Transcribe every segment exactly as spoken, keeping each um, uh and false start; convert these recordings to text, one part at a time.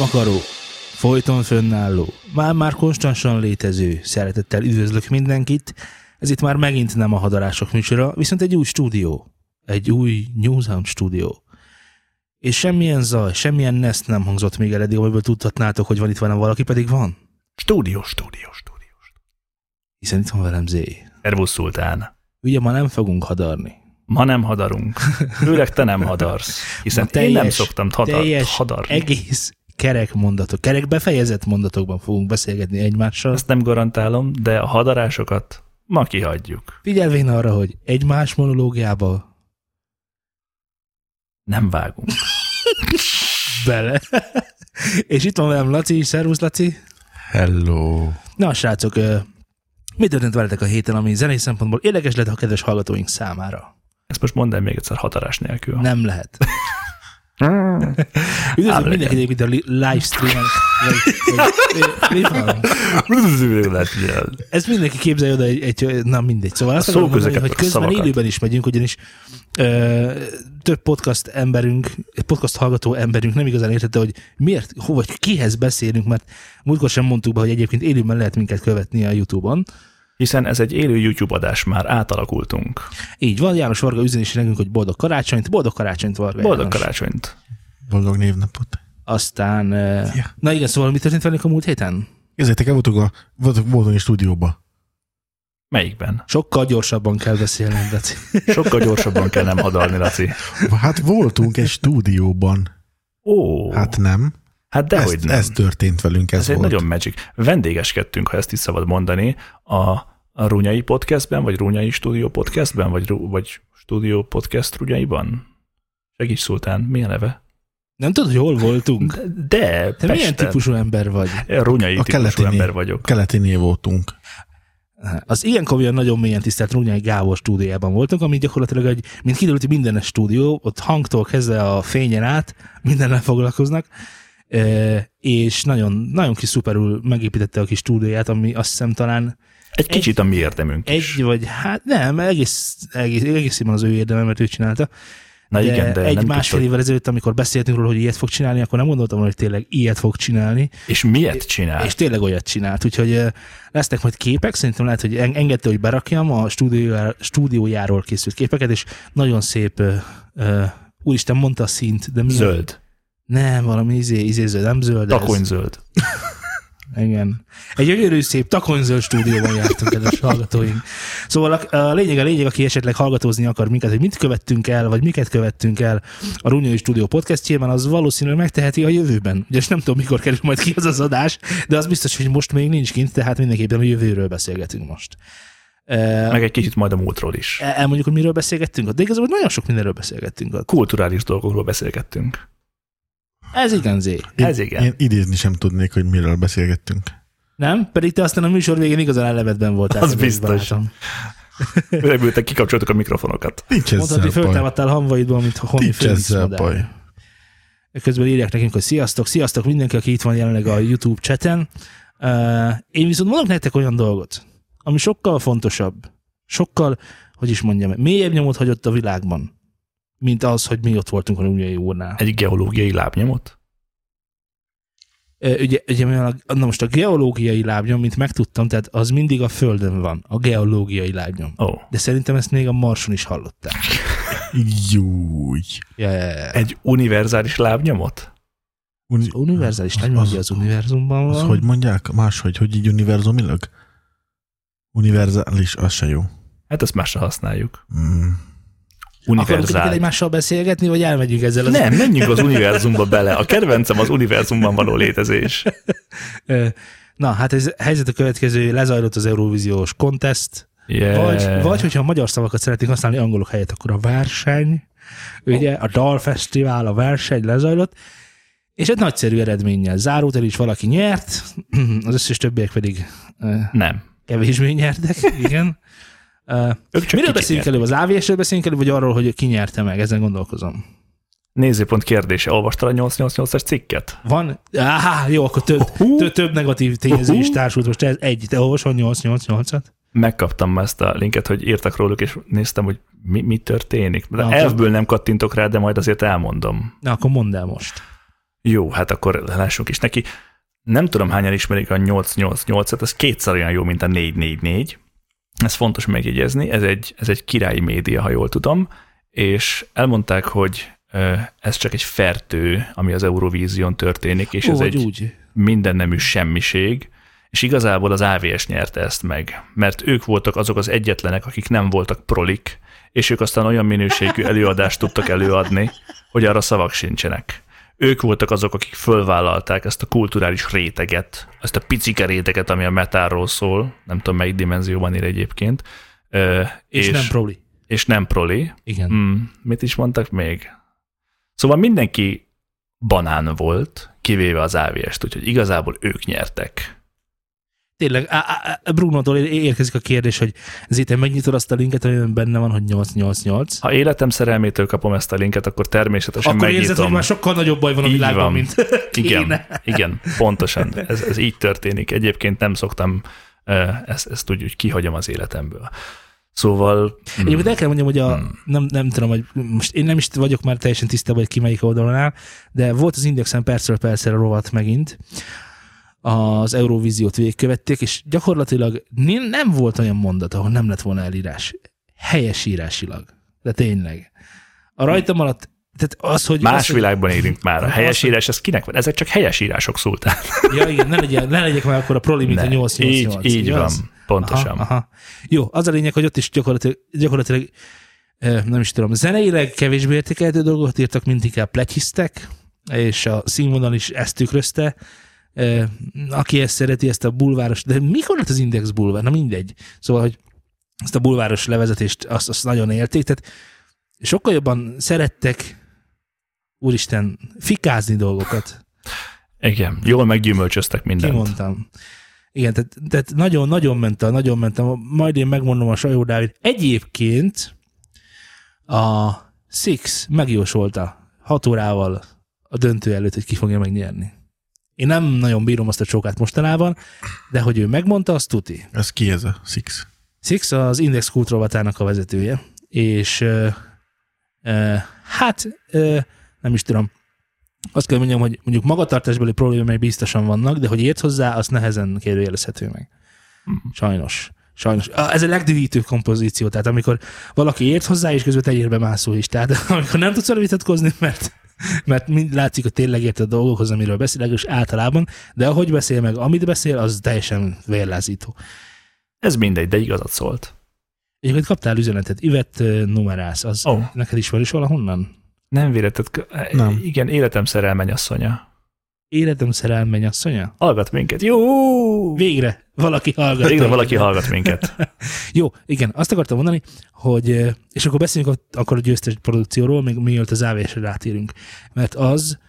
akaró, folyton fönnálló, már-már konstansan létező, szeretettel üdvözlök mindenkit, ez itt már megint nem a hadarások műsora, viszont egy új stúdió, egy új Newsound stúdió. És semmilyen zaj, semmilyen neszt nem hangzott még el eddig, amiből tudhatnátok, hogy van itt velem valaki, pedig van. Stúdió, stúdió, stúdió. Hiszen itt van velem Zé. Servusz Szultán. Ugye ma nem fogunk hadarni. Ma nem hadarunk. Főleg te nem hadarsz. Hiszen teljes, én nem szoktam hadar, teljes, hadarni. Egész kerek mondatok, kerek befejezett mondatokban fogunk beszélgetni egymással. Ezt nem garantálom, de a hadarásokat ma kihagyjuk. Figyelvén arra, hogy egymás monológiába nem vágunk. Bele. És itt van velem Laci is. Szervusz, Laci. Hello. Na, srácok, mi történt veletek a héten, ami zenei szempontból érdekes lehet a kedves hallgatóink számára? Ezt most mondd el még egyszer hadarás nélkül. Nem lehet. Üdvözlök mindenkit egyébként a livestreamen. Mi van? Ezt mindenki képzelje oda egy, egy na mindegy. Szóval azt akarom mondani, hogy közben szavakat. Élőben is megyünk, ugyanis ö, több podcast emberünk, podcast hallgató emberünk nem igazán értette, hogy miért, hova, kihez beszélünk, mert múltkor sem mondtuk be, hogy egyébként élőben lehet minket követni a YouTube-on. Hiszen ez egy élő YouTube adás, már átalakultunk. Így van, János Varga üzenési nekünk, hogy boldog karácsonyt, boldog karácsonyt, Varga Boldog János. karácsonyt. Boldog névnapot. Aztán, ja. Na igen, szóval mi történt velünk a múlt héten? Ezért voltunk a voltunk stúdióba. Melyikben? Sokkal gyorsabban kell beszélni, Laci. Sokkal gyorsabban kell nem hadarni, Laci. Hát voltunk egy stúdióban. Ó. Hát nem. Hát dehogy nem. Ez történt velünk, ez, ez volt. egy nagyon magic. Vendégeskedtünk, ha ezt is szabad mondani, a, a Rúnyai podcastben, vagy Rúnyai stúdió podcastben, vagy, vagy stúdió podcast Rúnyaiban. Segíts, Szultán, mi a neve? Nem tudod, hogy hol voltunk? De, Te Pesten. milyen típusú ember vagy? Rúnyai típusú ember vagyok. Keletinél voltunk. Az ilyen komolyan nagyon mélyen tisztelt Rúnyai Gábor stúdiójában voltunk, ami gyakorlatilag egy, mint kiderült, mindenes stúdió, ott hangtól kezdve a fényen át, mindennel foglalkoznak, e, és nagyon, nagyon kis szuperül megépítette a kis stúdióját, ami azt hiszem talán egy kicsit egy, a mi érdemünk egy, is. vagy hát nem, egész, egész, egészében az ő érdemem, mert ő csinálta. Na de igen, de egy másfél tudtad. évvel ezelőtt, amikor beszéltünk róla, hogy ilyet fog csinálni, akkor nem gondoltam, hogy tényleg ilyet fog csinálni. És miért csinál? És tényleg olyat csinált. Úgyhogy lesznek majd képek, szerintem lehet, hogy engedte, hogy berakjam a stúdiójáról, stúdiójáról készült képeket, és nagyon szép, uh, uh, úristen, mondta a színt, de mi? Zöld. Nem, valami izé, izé zöld, nem zöld. Takonyzöld. Igen. Egy gyönyörű szép takonyzöld stúdióban jártunk, kedves hallgatóink. Szóval a, a lényeg a lényeg, aki esetleg hallgatózni akar minket, hogy mit követtünk el, vagy miket követtünk el a Rúnyai Stúdió podcastjében, az valószínűleg megteheti a jövőben. Ugye nem tudom, mikor kerül majd ki az az adás, de az biztos, hogy most még nincs kint, tehát mindenképpen a jövőről beszélgetünk most. Meg egy kicsit majd a múltról is. Elmondjuk, hogy miről beszélgettünk, de igazából nagyon sok mindenről beszélgettünk. Ott. Kulturális dolgokról beszélgettünk. Ez igen, Zé. Ez igen. Én idézni sem tudnék, hogy miről beszélgettünk. Nem? Pedig te aztán a műsor végén igazán elevetben voltál. Az biztos. Reméltek, kikapcsoltuk a mikrofonokat. Nincs ezzel mondtad, hogy föltámadtál hamvaidból, mint a Honey Félix modell. Közben írják nekünk, hogy sziasztok, sziasztok mindenki, aki itt van jelenleg a YouTube chaten. Uh, én viszont mondok nektek olyan dolgot, ami sokkal fontosabb, sokkal, hogy is mondjam, mélyebb nyomot hagyott a világban, mint az, hogy mi ott voltunk a Rúnyai úrnál. Egy geológiai lábnyomot? Ugye, ugye na most a geológiai lábnyom, mint megtudtam, tehát az mindig a Földön van, a geológiai lábnyom. Oh. De szerintem ezt még a Marson is hallották. Júj. Ja, ja, ja. Egy univerzális lábnyomot? Uni- univerzális lábnyom, az, az univerzumban van. Az hogy mondják? Máshogy, hogy így univerzumilag? Univerzális, az se jó. Hát ezt másra használjuk. Mm. Akarunk egymással beszélgetni, vagy elmegyünk ezzel? Az... Nem, menjünk az univerzumba bele. A kedvencem az univerzumban való létezés. Na, hát ez helyzet a következő, lezajlott az Eurovíziós contest, yeah. vagy, vagy hogyha magyar szavakat szeretnénk használni angolok helyett, akkor a verseny, ugye, a dalfesztivál, a verseny lezajlott, és egy nagyszerű eredménnyel zárult el is, valaki nyert, az összes többiek pedig nem. Kevésbé nyertek, igen. Uh, miről beszélünk előbb? Az á vé es-ről beszélünk előbb, vagy arról, hogy ki nyerte meg? Ezen gondolkozom. Nézőpont kérdése. Olvastál a nyolcszáznyolcvannyolcas cikket? Van? Áhá, jó, akkor több, uh-huh. több, több negatív tényező uh-huh. is társult. Most ez egy, te olvasol nyolcszáznyolcvannyolcat? Megkaptam már ezt a linket, hogy írtak róluk, és néztem, hogy mi, mi történik. De Na, elfből nem kattintok rá, de majd azért elmondom. Na, akkor mondd el most. Jó, hát akkor lássunk is neki. Nem tudom, hányan ismerik a nyolc nyolc nyolcat, ez kétszer olyan jó, mint a négy négy négy. Ez fontos megjegyezni, ez egy, ez egy királyi média, ha jól tudom, és elmondták, hogy ez csak egy fertő, ami az Eurovízión történik, és Ó, ez egy úgy. mindennemű semmiség, és igazából az á vé es nyerte ezt meg, mert ők voltak azok az egyetlenek, akik nem voltak prolik, és ők aztán olyan minőségű előadást tudtak előadni, hogy arra szavak sincsenek. Ők voltak azok, akik fölvállalták ezt a kulturális réteget, ezt a picike réteget, ami a metáról szól, nem tudom, melyik dimenzióban ér egyébként. És, és nem proli. És nem proli. Igen. Mm, mit is mondtak még? Szóval mindenki banán volt, kivéve az á vé est, úgyhogy igazából ők nyertek. Tényleg, Brunótól érkezik a kérdés, hogy Zé, te megnyitod azt a linket, amiben benne van, hogy nyolc nyolc nyolc. Ha életem szerelmétől kapom ezt a linket, akkor természetesen akkor megnyitom. Akkor érzed, hogy már sokkal nagyobb baj van a világban, van. mint igen, igen, pontosan. Ez, ez így történik. Egyébként nem szoktam, ezt, ezt úgy, úgy kihagyom az életemből. Szóval... Egyébként hmm. el kell mondjam, hogy a, hmm. nem, nem tudom, hogy most én nem is vagyok már teljesen tisztában, hogy ki melyik oldalon áll, de volt az Indexen percről percre rovat megint, az Eurovíziót végigkövették, és gyakorlatilag nem volt olyan mondat, ahol nem lett volna elírás. Helyesírásilag. De tényleg. A rajtam alatt, tehát az, hogy... Más az, világban élünk már. A helyesírás, ez kinek van? Ezek csak helyesírások, Szultán. Ja, igen, ne, legyen, ne legyek már akkor a proli, mint ne, a nyolc nyolc nyolc. Így, így van, pontosan. Aha, aha. Jó, az a lényeg, hogy ott is gyakorlatilag, gyakorlatilag nem is tudom, zeneileg kevésbé értékelhető dolgokat írtak, mint inkább pletyiztek, és a színvonal is ezt tükrözte. Aki ezt szereti, ezt a bulváros, de mikor lett az Index bulvár? Na mindegy. Szóval, hogy ezt a bulváros levezetést azt, azt nagyon élték, tehát sokkal jobban szerettek, úristen, fikázni dolgokat. Igen, jól meggyümölcsöztek mindent. Kimondtam. Igen, tehát, tehát nagyon, nagyon ment a, nagyon ment a, majd én megmondom a Sajó Dávid. Egyébként a Six megjósolta hat órával a döntő előtt, hogy ki fogja megnyerni. Én nem nagyon bírom azt a csókát mostanában, de hogy ő megmondta, azt tuti. Ez ki ez a Six? Six az Index kultrovatának a vezetője, és uh, uh, hát uh, nem is tudom, azt kell mondjam, hogy mondjuk magatartásbeli problémái biztosan vannak, de hogy ért hozzá, azt nehezen kérdőjelezhető meg. Sajnos. Sajnos. Ez a legdühítőbb kompozíció, tehát amikor valaki ért hozzá, és közben tenyérbe mászó is. Tehát amikor nem tudsz vele vitatkozni, mert mert mind látszik, hogy tényleg ért a dolgokhoz, amiről beszél, és általában, de ahogy beszél meg, amit beszél, az teljesen vérlázító. Ez mindegy, de igazat szólt. Egyébként kaptál üzenetet, Ivett Numerász, az oh. neked is van is valahonnan? Nem véletett, nem. Igen, életem szerelmenyasszonya. Életem szerelmenyasszonya? Hallgat minket, jó! Végre valaki hallgat. Végre valaki hallgat minket. Jó, igen, azt akartam mondani, hogy, és akkor beszéljünk akkor a győztes produkcióról, még mielőtt az á vé esre rátérünk. Mert az...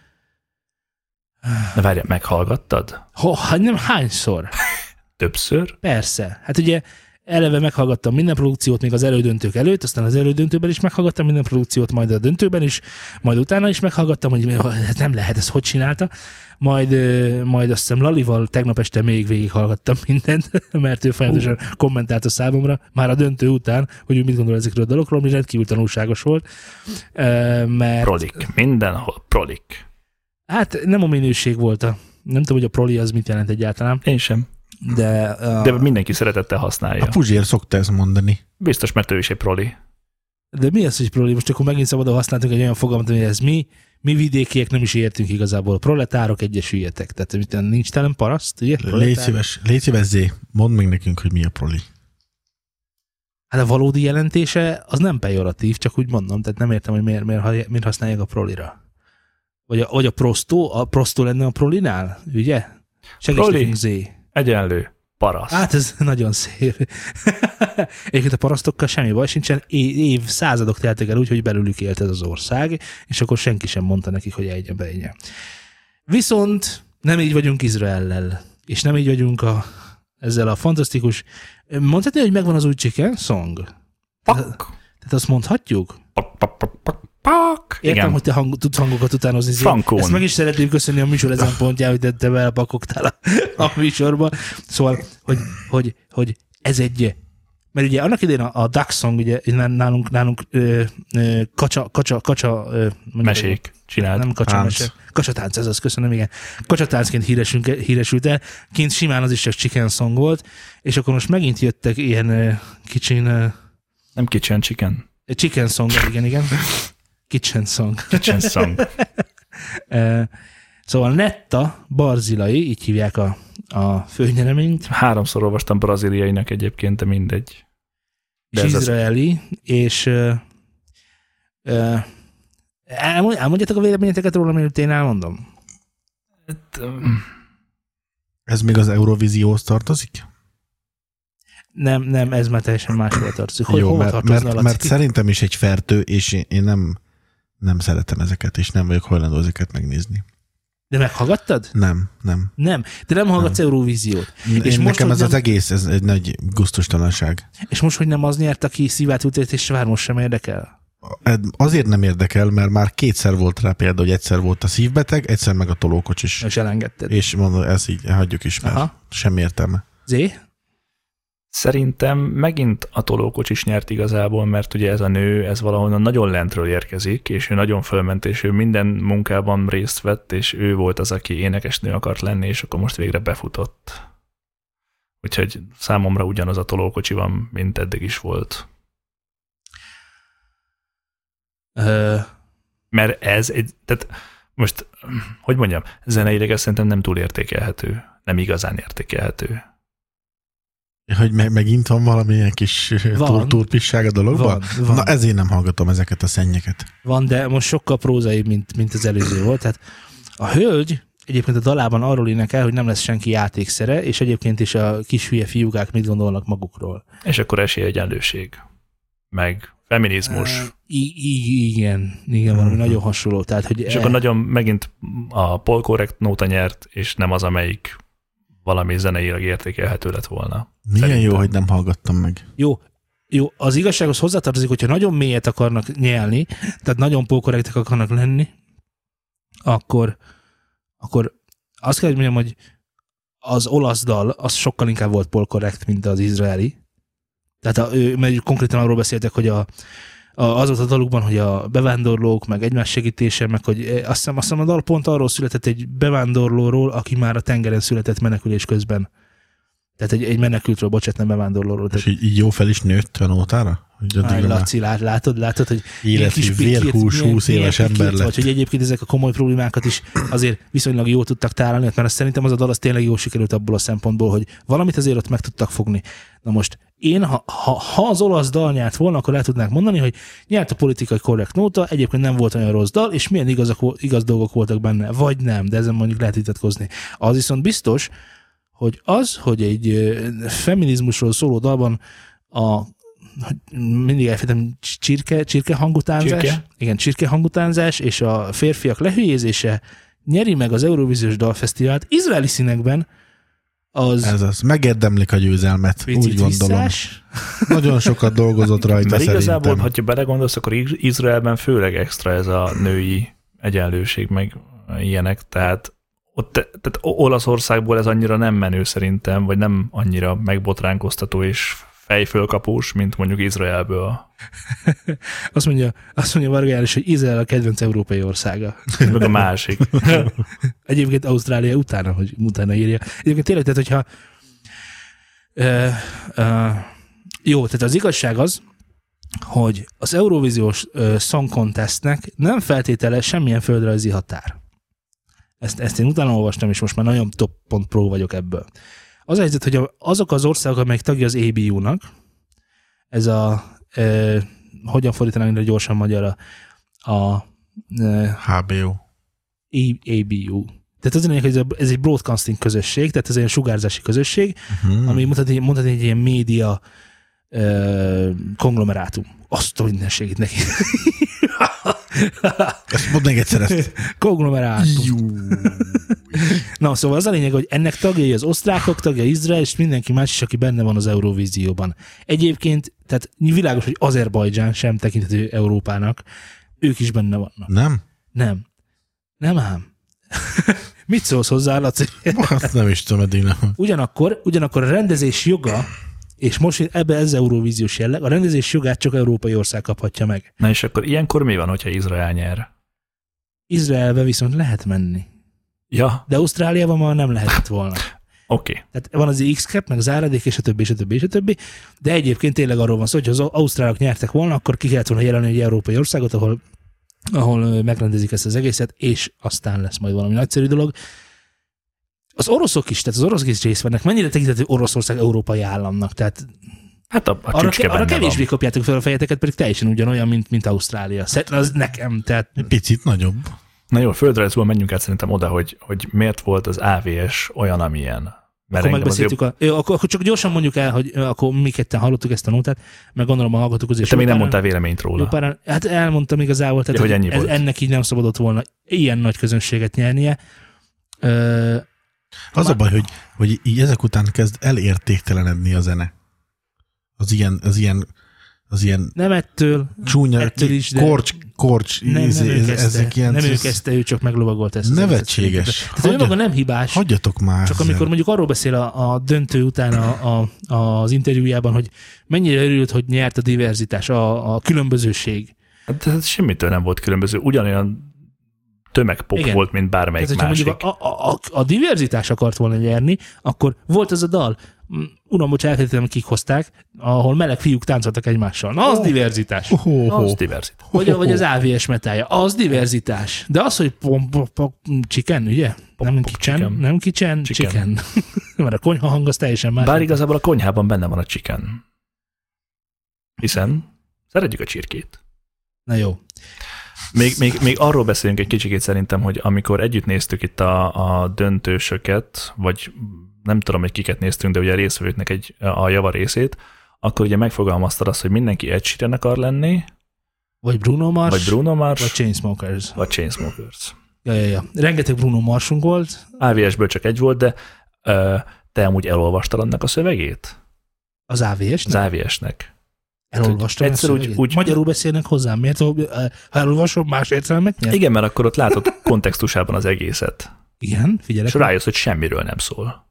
Na várjál, meghallgattad? Ha, nem, hányszor? Többször? Persze. Hát ugye eleve meghallgattam minden produkciót még az elődöntők előtt, aztán az elődöntőben is meghallgattam minden produkciót, majd a döntőben is, majd utána is meghallgattam, hogy nem lehet, ez hogy csinálta. Majd, majd azt hiszem Lalival tegnap este még végighallgattam mindent, mert ő folyamatosan uh. kommentálta számomra, már a döntő után, hogy ő mit gondol ezekről a dologról, ami rendkívül tanulságos volt. Mert... Prolik, mindenhol prolik. Hát nem a minőség volt a... Nem tudom, hogy a proli az mit jelent egyáltalán. Én sem. De, uh, De mindenki szeretettel használja. A Puzsér szokta ezt mondani. Biztos, mert ő is egy proli. De mi az, hogy proli? Most akkor megint szabadon használtunk egy olyan fogalmat, hogy ez mi, mi vidékiek nem is értünk igazából. Proletárok, egyesüljetek. Tehát nincs telen paraszt, ugye? Légy szíves, légy szíves, Zé, mondd meg nekünk, hogy mi a proli. Hát a valódi jelentése az nem pejoratív, csak úgy mondom, tehát nem értem, hogy miért, miért, miért használják a prolira. Vagy a, vagy a prostó, a prostó lenne a prolinál, ugye? Segíts nekünk, Zé. Egyenlő paraszt. Hát ez nagyon szép. Egyébként a parasztokkal semmi baj sincsen, év századok teltek el úgy, hogy belülük élt ez az ország, és akkor senki sem mondta nekik, hogy egyen beegyen. Viszont nem így vagyunk Izraellel, és nem így vagyunk a, ezzel a fantasztikus... Mondhatni, hogy megvan az új Chicken Song? Tehát, tehát azt mondhatjuk? Pak, pak, pak, pak. Pak. Értem, igen. Hogy te hang, tudsz hangokat utánozni. Frankón. Ezt meg is szeretném köszönni a műsor ezen pontján, hogy te, te belepakogtál a, a műsorba. Szóval, hogy, hogy, hogy ez egy... mert ugye annak idején a, a Duck Song, ugye nálunk, nálunk ö, ö, kacsa, kacsa, kacsa ö, mesék csinált. Nem kacsa mese. Kacsatánc, ez az, köszönöm, igen. Kacsatáncként híresült el, kint simán az is csak Chicken Song volt, és akkor most megint jöttek ilyen ö, kicsin... Ö, nem Kitchen Chicken. Chicken Song, igen, igen. Kitchen Song. Kitchen Song. Szóval Netta Barzilai, így hívják a, a főnyereményt. Háromszor olvastam braziliainak egyébként, de mindegy. De és izraeli, az... és uh, uh, elmondjátok a véleményeteket róla, amit én elmondom? Hát, um... Ez még az Eurovízióhoz tartozik? Nem, nem, ez már teljesen máshol tartozik. Hogy, Jó, mert, mert, mert szerintem is egy fertő, és én, én nem, nem szeretem ezeket, és nem vagyok hajlandó ezeket megnézni. De meghallgattad? Nem, nem. Nem, de nem hallgatsz nem. Euróvíziót. Én, és most, nekem ez nem... az egész, ez egy nagy gusztustalanság. És most, hogy nem az nyert, aki szívát ütött, és vár, most sem érdekel? Azért nem érdekel, mert már kétszer volt rá példa, hogy egyszer volt a szívbeteg, egyszer meg a tolókocsis. És elengedted. És mondom, ez így, hagyjuk is, mert Aha. semmi értelme. Zé? Szerintem megint a tolókocsis nyert igazából, mert ugye ez a nő, ez valahonnan nagyon lentről érkezik, és ő nagyon fölment, és ő minden munkában részt vett, és ő volt az, aki énekesnő akart lenni, és akkor most végre befutott. Úgyhogy számomra ugyanaz a tolókocsi van, mint eddig is volt. Uh. Mert ez egy, tehát most, hogy mondjam, zeneileg ez szerintem nem túl értékelhető, nem igazán értékelhető. Hogy me- megint van valamilyen kis turpisság a dologban? Van, van. Na ezért nem hallgatom ezeket a szennyeket. Van, de most sokkal prózaibb, mint, mint az előző volt. Tehát a hölgy egyébként a dalában arról énekel, hogy nem lesz senki játékszere, és egyébként is a kis hülye fiúkák mit gondolnak magukról. És akkor esélyegyenlőség. Meg feminizmus. Uh, I- I- igen, igen, valami uh-huh. nagyon hasonló. Tehát, hogy és e- akkor nagyon megint a polkorrekt nóta nyert, és nem az, amelyik valami zeneileg értékelhető lett volna. Milyen szerintem. Jó, hogy nem hallgattam meg. Jó, jó, az igazsághoz hozzátartozik, hogyha nagyon mélyet akarnak nyelni, tehát nagyon polkorrektek akarnak lenni, akkor, akkor azt kell, hogy mondjam, hogy az olasz dal, az sokkal inkább volt polkorrekt, mint az izraeli. Tehát a, mert konkrétan arról beszéltek, hogy a, a, az volt a dalukban, hogy a bevándorlók, meg egymás segítése, meg hogy azt hiszem, azt hiszem a dal pont arról született egy bevándorlóról, aki már a tengeren született menekülés közben. Tehát egy, egy menekültről, bocsánat, nem bevándorlóról. És így, így jó fel is nőtt a nótára? Áj, Laci, lát, látod, látod, hogy életű, vérhús, húsz éves ember lett. Vagy, hogy egyébként ezek a komoly problémákat is azért viszonylag jól tudtak tárolni, mert azt szerintem az a dal az tényleg jól sikerült abból a szempontból, hogy valamit azért ott meg tudtak fogni. Na most én, ha, ha, ha az olasz dal nyert volna, akkor el tudnák mondani, hogy nyert a politikai korrekt nóta, egyébként nem volt olyan rossz dal, és milyen igazak, igaz dolgok voltak benne, vagy nem, de ezen mondjuk lehet vitatkozni. Az viszont biztos, hogy az, hogy egy feminizmusról szóló dalban a mindig elfejtem csirke, csirke hangutánzás, csirke? Igen, csirke hangutánzás és a férfiak lehülyézése nyeri meg az Eurovíziós Dalfesztivált izraeli színekben, az... Ez az, megérdemlik a győzelmet, úgy gondolom. Visszás. Nagyon sokat dolgozott rajta mert szerintem. Igazából, ha belegondolsz, akkor Izraelben főleg extra ez a női egyenlőség, meg ilyenek, tehát ott, tehát Olaszországból ez annyira nem menő szerintem, vagy nem annyira megbotránkoztató és fejfölkapós, mint mondjuk Izraelből. azt mondja, azt mondja Varga János, hogy Izrael a kedvenc európai országa. Meg a másik. Egyébként Ausztrália utána, hogy utána írja. Egyébként tényleg, tehát hogyha uh, uh, jó, tehát az igazság az, hogy az Eurovíziós uh, Song Contestnek nem feltétele semmilyen földrajzi határ. Ezt, ezt én utána olvastam, és most már nagyon top pont pro vagyok ebből. Az a helyzet, hogy azok az országok, amelyek tagja az á bé u-nak, ez a, e, hogyan fordítanánk gyorsan magyarra, a e, há bé u. á bé u. Tehát az lényeg, hogy ez egy broadcasting közösség, tehát ez egy sugárzási közösség, uh-huh. ami mutatni, mutatni egy ilyen média e, konglomerátum. Azt a mindenségét neki. Ezt mondd még egyszer ezt. Konglomerátum. Na, szóval az a lényeg, hogy ennek tagjai az osztrákok, tagja Izrael, és mindenki más is, aki benne van az Eurovízióban. Egyébként, tehát világos, hogy Azerbajdzsán sem tekinthető Európának, ők is benne vannak. Nem? Nem. Nem ám. Mit szólsz hozzá, Laci? Azt nem is tudom, eddig nem. Ugyanakkor, ugyanakkor a rendezés joga És most ebbe ez Eurovíziós jelleg, a rendezés jogát csak európai ország kaphatja meg. Na és akkor ilyenkor mi van, hogyha Izrael nyer? Izraelbe viszont lehet menni. Ja. De Ausztráliában már nem lehetett volna. Oké. Okay. Tehát van az X-cap, meg az áradék, és a többi, és a többi, és a többi. De egyébként tényleg arról van szó, hogy az ausztrálok nyertek volna, akkor ki kellett volna jelölni egy európai országot, ahol, ahol megrendezik ezt az egészet, és aztán lesz majd valami nagyszerű dolog. Az oroszok is, tehát az oroszok is részt vennek. Mennyire tekintető Oroszország európai államnak? Tehát hát a, a arra, ke, arra kevésbé van. kapjátok fel a fejeteket, pedig teljesen ugyanolyan, mint, mint Ausztrália. Az nekem, tehát... Picit nagyobb. Na jó, földrajzból menjünk át szerintem oda, hogy, hogy miért volt az á vé es olyan, amilyen. Mert akkor megbeszéltük, jobb... a, jó, akkor, akkor csak gyorsan mondjuk el, hogy akkor mi ketten hallottuk ezt a nótát, meg gondolom a hallgatók azért. Te még nem mondtál véleményt róla. Páran, hát elmondtam igazából, tehát ja, hogy ez, ennek így nem szabadott volna ilyen nagy közönséget nyernie. Ö, az már... a baj, hogy, hogy így ezek után kezd elértéktelenedni a zene. Az ilyen, az ilyen, az ilyen nem ettől, csúnya, ettől is, de korcs, korcs, nem, nem ez, ő kezdte, ezek ilyen... Nem ő kezdte, ő csak meglovagolt ezt. Nevetséges. Tehát Hagyja, maga nem hibás. Hagyjatok már. Csak amikor mondjuk arról beszél a, a döntő után a, a, az interjújában, hogy mennyire örült, hogy nyert a diverzitás, a, a különbözőség. Hát ez semmitől nem volt különböző. Ugyanolyan tömegpop igen. volt, mint bármelyik tehát, másik. A, a, a, a diverzitás akart volna nyerni, akkor volt az a dal, uram, bocs, elfelejtettem, kik hozták, ahol meleg fiúk táncoltak egymással. Na, az oh. diverzitás. Oh, oh, oh. Az diverzitás. Vagy, vagy az á vé es metája. Az diverzitás. De az, hogy pom, pom, pom, chicken, ugye? Pom, nem pom, kicsen, chicken. nem kicsen, chicken. chicken. Mert a konyha hang az teljesen más. Bár igazából a konyhában benne van a chicken. Hiszen szeretjük a csirkét. Na jó. Még, még, még arról beszélünk egy kicsikét szerintem, hogy amikor együtt néztük itt a, a döntősöket, vagy nem tudom, hogy kiket néztünk, de ugye a részvevőknek egy, a java részét, akkor ugye megfogalmaztad azt, hogy mindenki Ed Sheeran akar lenni, vagy Bruno Mars, vagy Bruno Mars, vagy Chainsmokers. Vagy Chainsmokers. Ja, ja, ja. Rengeteg Bruno Marsunk volt. á vé es-ből csak egy volt, de ö, te amúgy elolvastad annak a szövegét? Az á vé es-nek? Az á vé es-nek. Elolvastam egyszer úgy, úgy... Magyarul beszélnek hozzám, miért? Ha elolvasom, más értelmet nyer? Igen, mert akkor ott látod kontextusában az egészet. Igen, figyelek. És rájössz, hogy semmiről nem szól.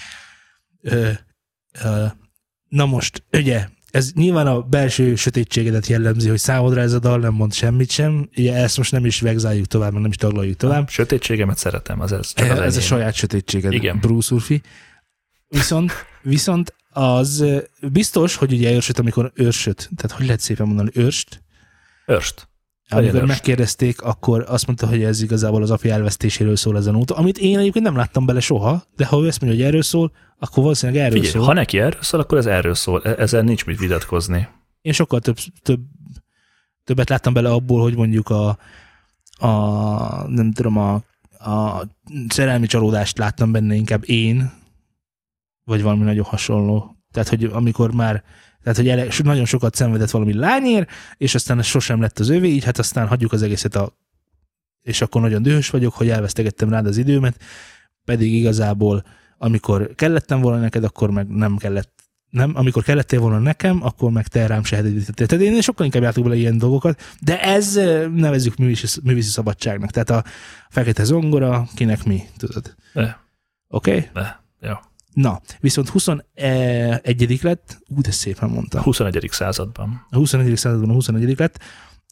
Ö, ö, na most, ugye, ez nyilván a belső sötétségedet jellemzi, hogy számodra ez a dal nem mond semmit sem, ugye ezt most nem is vegzáljuk tovább, meg nem is taglaljuk tovább. A sötétségemet szeretem, az ez. Ez, ez a saját sötétséged, igen. Bruce Urfi. Viszont, viszont az biztos, hogy ugye őrsöt, amikor őrsöt, tehát hogy lehet szépen mondani, őrst? Őrst. Amikor megkérdezték, akkor azt mondta, hogy ez igazából az apja elvesztéséről szól ez a nóta, amit én egyébként nem láttam bele soha, de ha ő ezt mondja, hogy erről szól, akkor valószínűleg erről Figyelj, szól. Ha neki erről szól, akkor ez erről szól. Ezzel nincs mit vitatkozni. Én sokkal több, több, többet láttam bele abból, hogy mondjuk a, a nem tudom, a, a szerelmi csalódást láttam benne inkább én, vagy valami nagyon hasonló. Tehát, hogy amikor már Tehát, hogy ele, nagyon sokat szenvedett valami lányért, és aztán ez sosem lett az övé, így hát aztán hagyjuk az egészet, a, és akkor nagyon dühös vagyok, hogy elvesztegettem rád az időmet, pedig igazából amikor kellettem volna neked, akkor meg nem kellett, nem, amikor kellettél volna nekem, akkor meg te rám se hedítettél. Tehát én sokkal inkább jártuk bele ilyen dolgokat, de ez nevezzük művészi, művészi szabadságnak. Tehát a fekete zongora, kinek mi, tudod? Oké? Okay? Jó. Na, viszont huszonegyedik lett, úgy ezt szépen mondta. A huszonegyedik században. A huszonegyedik században a huszonegyedik lett.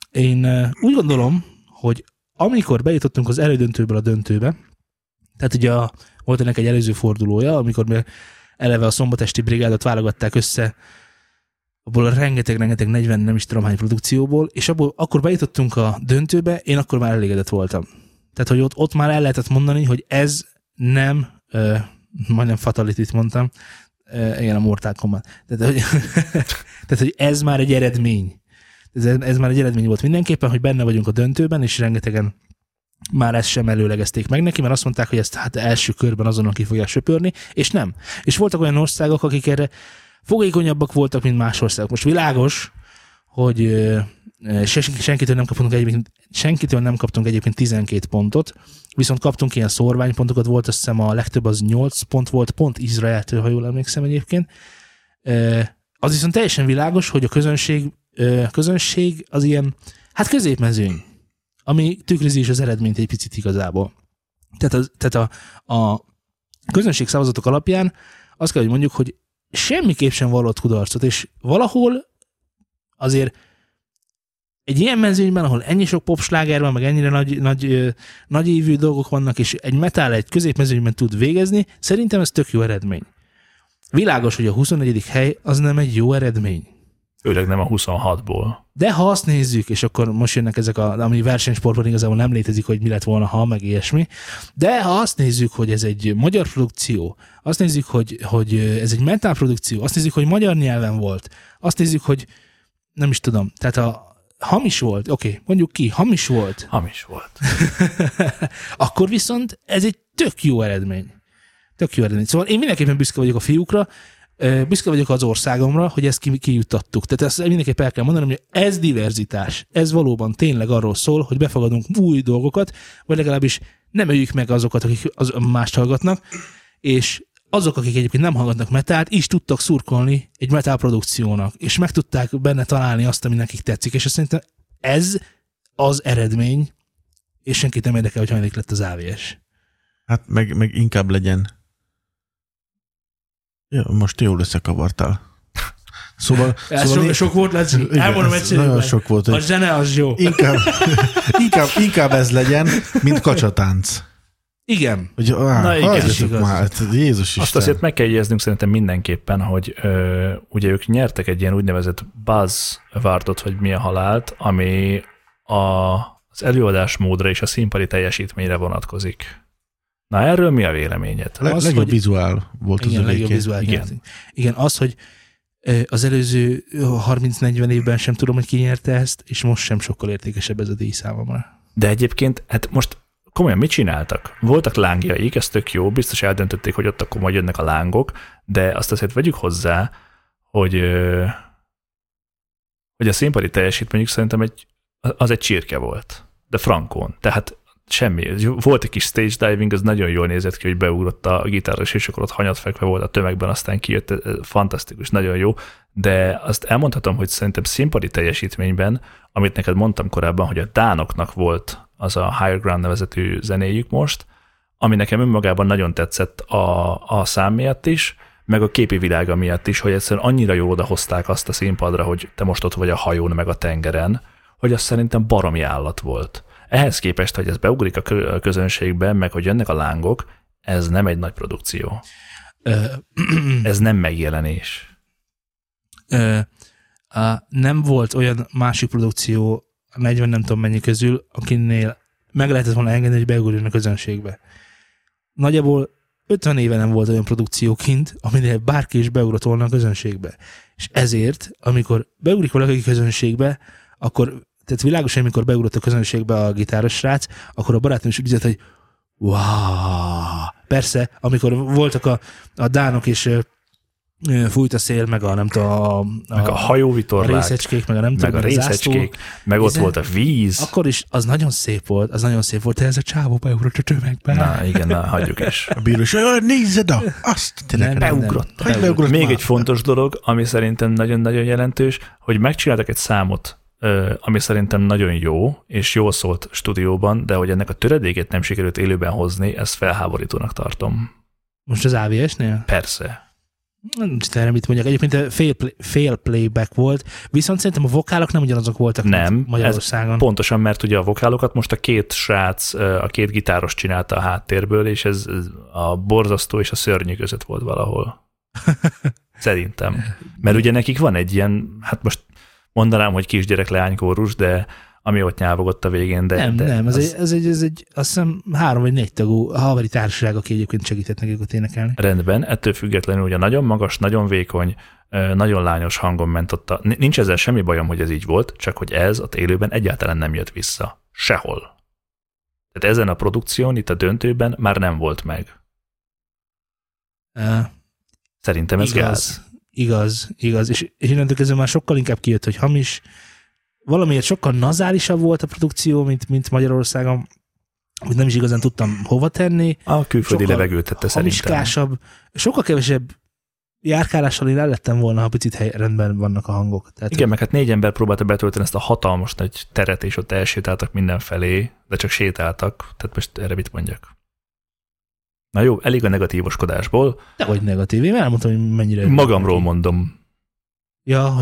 Én úgy gondolom, hogy amikor bejutottunk az elődöntőből a döntőbe, tehát ugye a, volt ennek egy előző fordulója, amikor mi eleve a szombatesti brigádot válogatták össze, abból a rengeteg-rengeteg negyven nem is tudom hány produkcióból, és abból, akkor bejutottunk a döntőbe, én akkor már elégedett voltam. Tehát, hogy ott, ott már el lehetett mondani, hogy ez nem... Ö, majdnem fatalityt mondtam, e, igen, a Mortal Kombat. Tehát hogy, tehát, hogy ez már egy eredmény. Ez, ez már egy eredmény volt mindenképpen, hogy benne vagyunk a döntőben, és rengetegen már ezt sem előlegezték meg neki, mert azt mondták, hogy ezt hát első körben azonnal ki fogják söpörni, és nem. És voltak olyan országok, akik erre fogékonyabbak voltak, mint más országok. Most világos, hogy senkitől nem kaptunk egyébként, senkitől nem kaptunk egyébként tizenkét pontot, viszont kaptunk ilyen szorványpontokat, volt azt hiszem a legtöbb az nyolc pont volt, pont Izraeltől, ha jól emlékszem egyébként. Az viszont teljesen világos, hogy a közönség, közönség az ilyen, hát középmezőny, ami tükrözi is az eredményt egy picit igazából. Tehát, az, tehát a, a közönség szavazatok alapján azt kell, hogy mondjuk, hogy semmiképp sem vallott kudarcot, és valahol azért egy ilyen mezőnyben, ahol ennyi sok popsláger van, meg ennyire nagy, nagy, nagy évű dolgok vannak, és egy metal egy középmezőnyben tud végezni, szerintem ez tök jó eredmény. Világos, hogy a huszonnegyedik hely az nem egy jó eredmény. Főleg nem a huszonhatból. De ha azt nézzük, és akkor most jönnek ezek, a, ami versenysportban igazából nem létezik, hogy mi lett volna, ha, meg ilyesmi, de ha azt nézzük, hogy ez egy magyar produkció, azt nézzük, hogy, hogy ez egy metal produkció, azt nézzük, hogy magyar nyelven volt, azt nézzük, hogy nem is tudom, tehát a hamis volt, oké, okay, mondjuk ki, hamis volt. Hamis volt. Akkor viszont ez egy tök jó eredmény. Tök jó eredmény. Szóval én mindenképpen büszke vagyok a fiúkra, büszke vagyok az országomra, hogy ezt kijuttattuk. Tehát ezt mindenképp el kell mondanom, hogy ez diverzitás. Ez valóban tényleg arról szól, hogy befogadunk új dolgokat, vagy legalábbis nem öljük meg azokat, akik az mást hallgatnak, és azok, akik egyébként nem hallgatnak metált, is tudtak szurkolni egy metal produkciónak, és meg tudták benne találni azt, ami nekik tetszik, és azt szerintem ez az eredmény, és senkit nem érdekel, hogy hanyadik lett az á vé es. Hát meg, meg inkább legyen. Ja, most jól összekavartál. Szóval... szóval so, sok volt, Laci. Elmondom egyszerűen. Nagyon sok volt. A zsene az jó. Inkább, inkább, inkább ez legyen, mint kacsatánc. Igen. Hogy, á, Na igen, már, Jézus Isten. Azt azért meg kell jegyeznünk szerintem mindenképpen, hogy ö, ugye ők nyertek egy ilyen úgynevezett Buzzwordot, vagy mi a halált, ami a, az előadásmódra és a színpadi teljesítményre vonatkozik. Na erről mi a véleményed? Le, az, legjobb hogy, vizuál volt igen, az a legjobb vizuál. Igen. igen, az, hogy az előző harminc-negyven évben sem tudom, hogy ki nyerte ezt, és most sem sokkal értékesebb ez a díj számomra. De egyébként, hát most komolyan mit csináltak? Voltak lángjaik, ez tök jó, biztos eldöntötték, hogy ott akkor majd jönnek a lángok, de azt azért vegyük hozzá, hogy, hogy a színpadi teljesítményük szerintem egy, az egy csirke volt, de frankón, tehát semmi. Volt egy kis stage diving, az nagyon jól nézett ki, hogy beugrott a gitáros, és akkor ott hanyatfekve volt a tömegben, aztán kijött, fantasztikus, nagyon jó, de azt elmondhatom, hogy szerintem színpadi teljesítményben, amit neked mondtam korábban, hogy a dánoknak volt az a Higher Ground nevezetű zenéjük most, ami nekem önmagában nagyon tetszett a, a szám miatt is, meg a képi világa miatt is, hogy egyszerűen annyira jól odahozták azt a színpadra, hogy te most ott vagy a hajón, meg a tengeren, hogy az szerintem baromi állat volt. Ehhez képest, hogy ez beugrik a közönségbe, meg hogy jönnek a lángok, ez nem egy nagy produkció. Ez nem megjelenés. Nem volt olyan másik produkció a negyven nem tudom mennyi közül, akinél meg lehetett volna engedni, hogy beugorjon a közönségbe. Nagyjából ötven éve nem volt olyan produkció kint, aminél bárki is beugrott volna a közönségbe. És ezért, amikor beugrik valaki a közönségbe, akkor tehát világosan, amikor beugrott a közönségbe a gitáros srác, akkor a barátom is úgy üzett, hogy wow. Persze, amikor voltak a, a dánok, és fújt a szél, meg a nem tudom, a, a, meg a hajóvitorlák, a részecskék, meg a nem tudom, meg a részecskék, meg ott volt a víz. Akkor is az nagyon szép volt, az nagyon szép volt, de ez a csávó beugrott a tömegbe. Na igen, na, hagyjuk is. A bírós, hogy nézzed a, azt tényleg beugrott. Nem, beugrott. Még egy fontos dolog, ami szerintem nagyon-nagyon jelentős, hogy megcsináltak egy számot, ami szerintem nagyon jó, és jól szólt stúdióban, de hogy ennek a töredékét nem sikerült élőben hozni, ezt felháborítónak tartom. Most az á vé es-nél? Persze. Nem tudom, mit mondjak. Egyébként fail, play, fail playback volt, viszont szerintem a vokálok nem ugyanazok voltak, nem, mint Magyarországon. Ez pontosan, mert ugye a vokálokat most a két srác, a két gitáros csinálta a háttérből, és ez a borzasztó és a szörnyű között volt valahol. Szerintem. Mert ugye nekik van egy ilyen, hát most mondanám, hogy kisgyerek leánykórus, de ami ott nyávogott a végén. De, nem, de nem, ez, az... egy, ez, egy, ez egy, azt hiszem három vagy négy tagú haveri társaság, aki egyébként segített nekik ott énekelni. Rendben, ettől függetlenül ugye nagyon magas, nagyon vékony, nagyon lányos hangon ment ott. A... Nincs ezzel semmi bajom, hogy ez így volt, csak hogy ez ott élőben egyáltalán nem jött vissza. Sehol. Tehát ezen a produkción, itt a döntőben már nem volt meg. Uh, Szerintem ez igaz, gáz. Igaz, igaz. És, és innentől kezdve már sokkal inkább kijött, hogy hamis. Valamiért sokkal nazálisabb volt a produkció, mint, mint Magyarországon. Hogy nem is igazán tudtam hova tenni. A külföldi levegőt tette szerintem. Sokkal kevesebb járkálással én el lettem volna, ha picit hely, rendben vannak a hangok. Tehát igen, meg hát négy ember próbálta betölteni ezt a hatalmas nagy teret, és ott elsétáltak mindenfelé, de csak sétáltak. Tehát most erre mit mondjak? Na jó, elég a negatívoskodásból. Dehogy negatív, én elmondtam, hogy mennyire... Magamról mondom. Ja.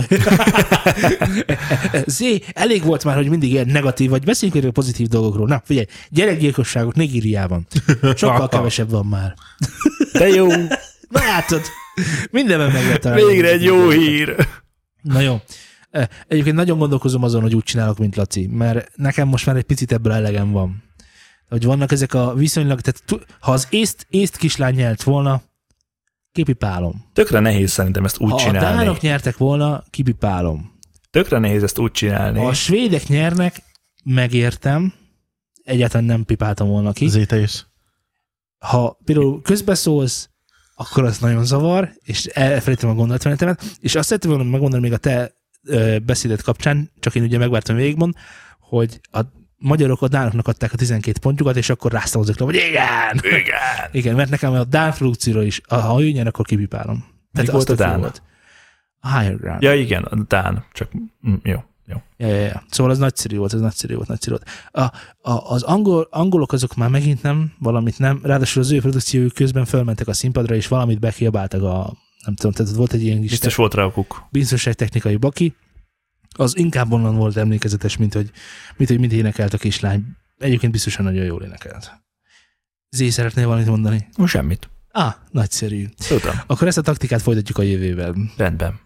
Zé, elég volt már, hogy mindig ilyen negatív, vagy beszéljünk a pozitív dolgokról. Na, figyelj, gyerekgyilkosságok Nigériában. Sokkal kevesebb van már. De jó. Na látod, mindenben meg lehet találni. Végre egy jó hír. Na jó. Egyébként nagyon gondolkozom azon, hogy úgy csinálok, mint Laci, mert nekem most már egy picit ebből elegem van. Hogy vannak ezek a viszonylag, tehát ha az észt, észt kislány nyert volna, kipipálom. Tökre nehéz szerintem ezt úgy ha csinálni. Ha a dánok nyertek volna, kipipálom. Tökre nehéz ezt úgy csinálni. Ha a svédek nyernek, megértem, egyáltalán nem pipáltam volna ki. Zéte is. Ha például közbeszólsz, akkor az nagyon zavar, és elfelejtem a gondolatmenetemet, és azt szeretném volna megmondani még a te ö, beszédet kapcsán, csak én ugye megvártam végigmond, hogy a magyarok a dánoknak adták a tizenkét pontjukat, és akkor ráztam azokra, hogy igen! Igen! Igen, mert nekem a dán produkcióra is, ha ő nyer, akkor kipipálom. Tehát volt a dán? Volt. A Higher Ground. Ja igen, a dán, csak mm, jó. Jó. Ja, ja, ja. Szóval az nagyszerű volt, ez nagyszerű volt, nagyszerű volt. A, a, az angol, angolok azok már megint nem, valamit nem, ráadásul az ő produkciójuk közben fölmentek a színpadra, és valamit bekiabáltak a, nem tudom, tehát volt egy ilyen kis... Biztos volt rá okuk. Biztonságtechnikai baki, az inkább onnan volt emlékezetes, mint hogy, mint hogy mind énekelt a kislány. Egyébként biztosan nagyon jól énekelt. Zé, szeretnél valamit mondani? Most semmit. Ah, nagyszerű. Tudom. Akkor ezt a taktikát folytatjuk a jövőben. Rendben.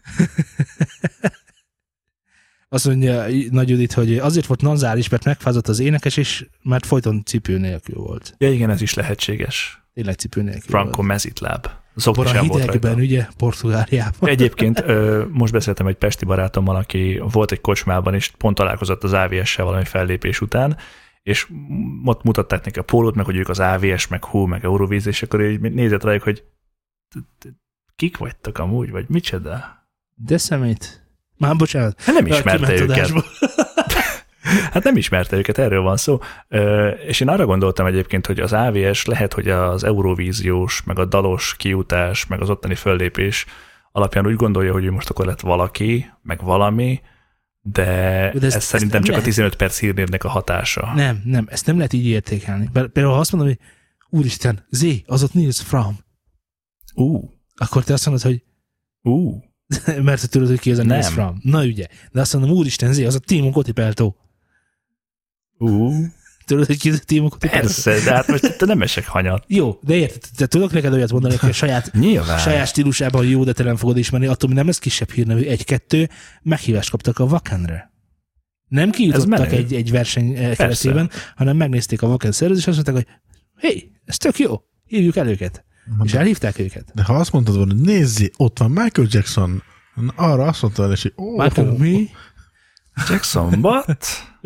Azt mondja Nagy Judit, hogy azért volt nazális, mert megfázott az énekes, és mert folyton cipő nélkül volt. Ja igen, ez is lehetséges. Tényleg cipő nélkül Franco volt. Mezitláb. Akkor a hidegben, ugye, Portugáliában. Egyébként ö, most beszéltem egy pesti barátommal, aki volt egy kocsmában, és pont találkozott az á vé es-sel valami fellépés után, és ott mutatták neki a pólót, meg hogy ők az á vé es, meg hú, meg Eurovíz, és akkor így nézett rájuk, hogy kik vagytok amúgy, vagy micsoda? De szemét. Már bocsánat. Hát nem ismerte őket. Hát nem ismerte őket, erről van szó. És én arra gondoltam egyébként, hogy az á vé es lehet, hogy az Eurovíziós, meg a dalos kijutás, meg az ottani föllépés alapján úgy gondolja, hogy ő most akkor lett valaki, meg valami, de, de ez, ez szerintem csak lehet. A tizenöt perc hírnévnek a hatása. Nem, nem, ezt nem lehet így értékelni. Például ha azt mondom, hogy úristen, Zé, az ott Nils Fram. Uh. Akkor te azt mondod, hogy uh. mert te tudod, hogy ki az a Nils Fram. Na ugye. De azt mondom, úristen, Zé, az a Timo Kotipelto. Uh. Tudod, hogy ki az a Timo Kotipelto? Persze, de hát most te nem esek hanyat. Jó, de érted, te tudok neked olyat mondani, hogy a saját, saját stílusában jó, de te nem fogod ismerni, attól mi nem lesz kisebb hírnevű, egy-kettő, meghívást kaptak a Vakenre. Nem kijutottak egy, egy verseny keretében, hanem megnézték a Vaken szervezést, és azt mondták, hogy hé, ez tök jó, hívjuk el őket. De, és elhívták őket. De ha azt mondtad volna, hogy nézzé, ott van Michael Jackson, arra azt mondtad, és ó, Michael, mi? Jackson, what?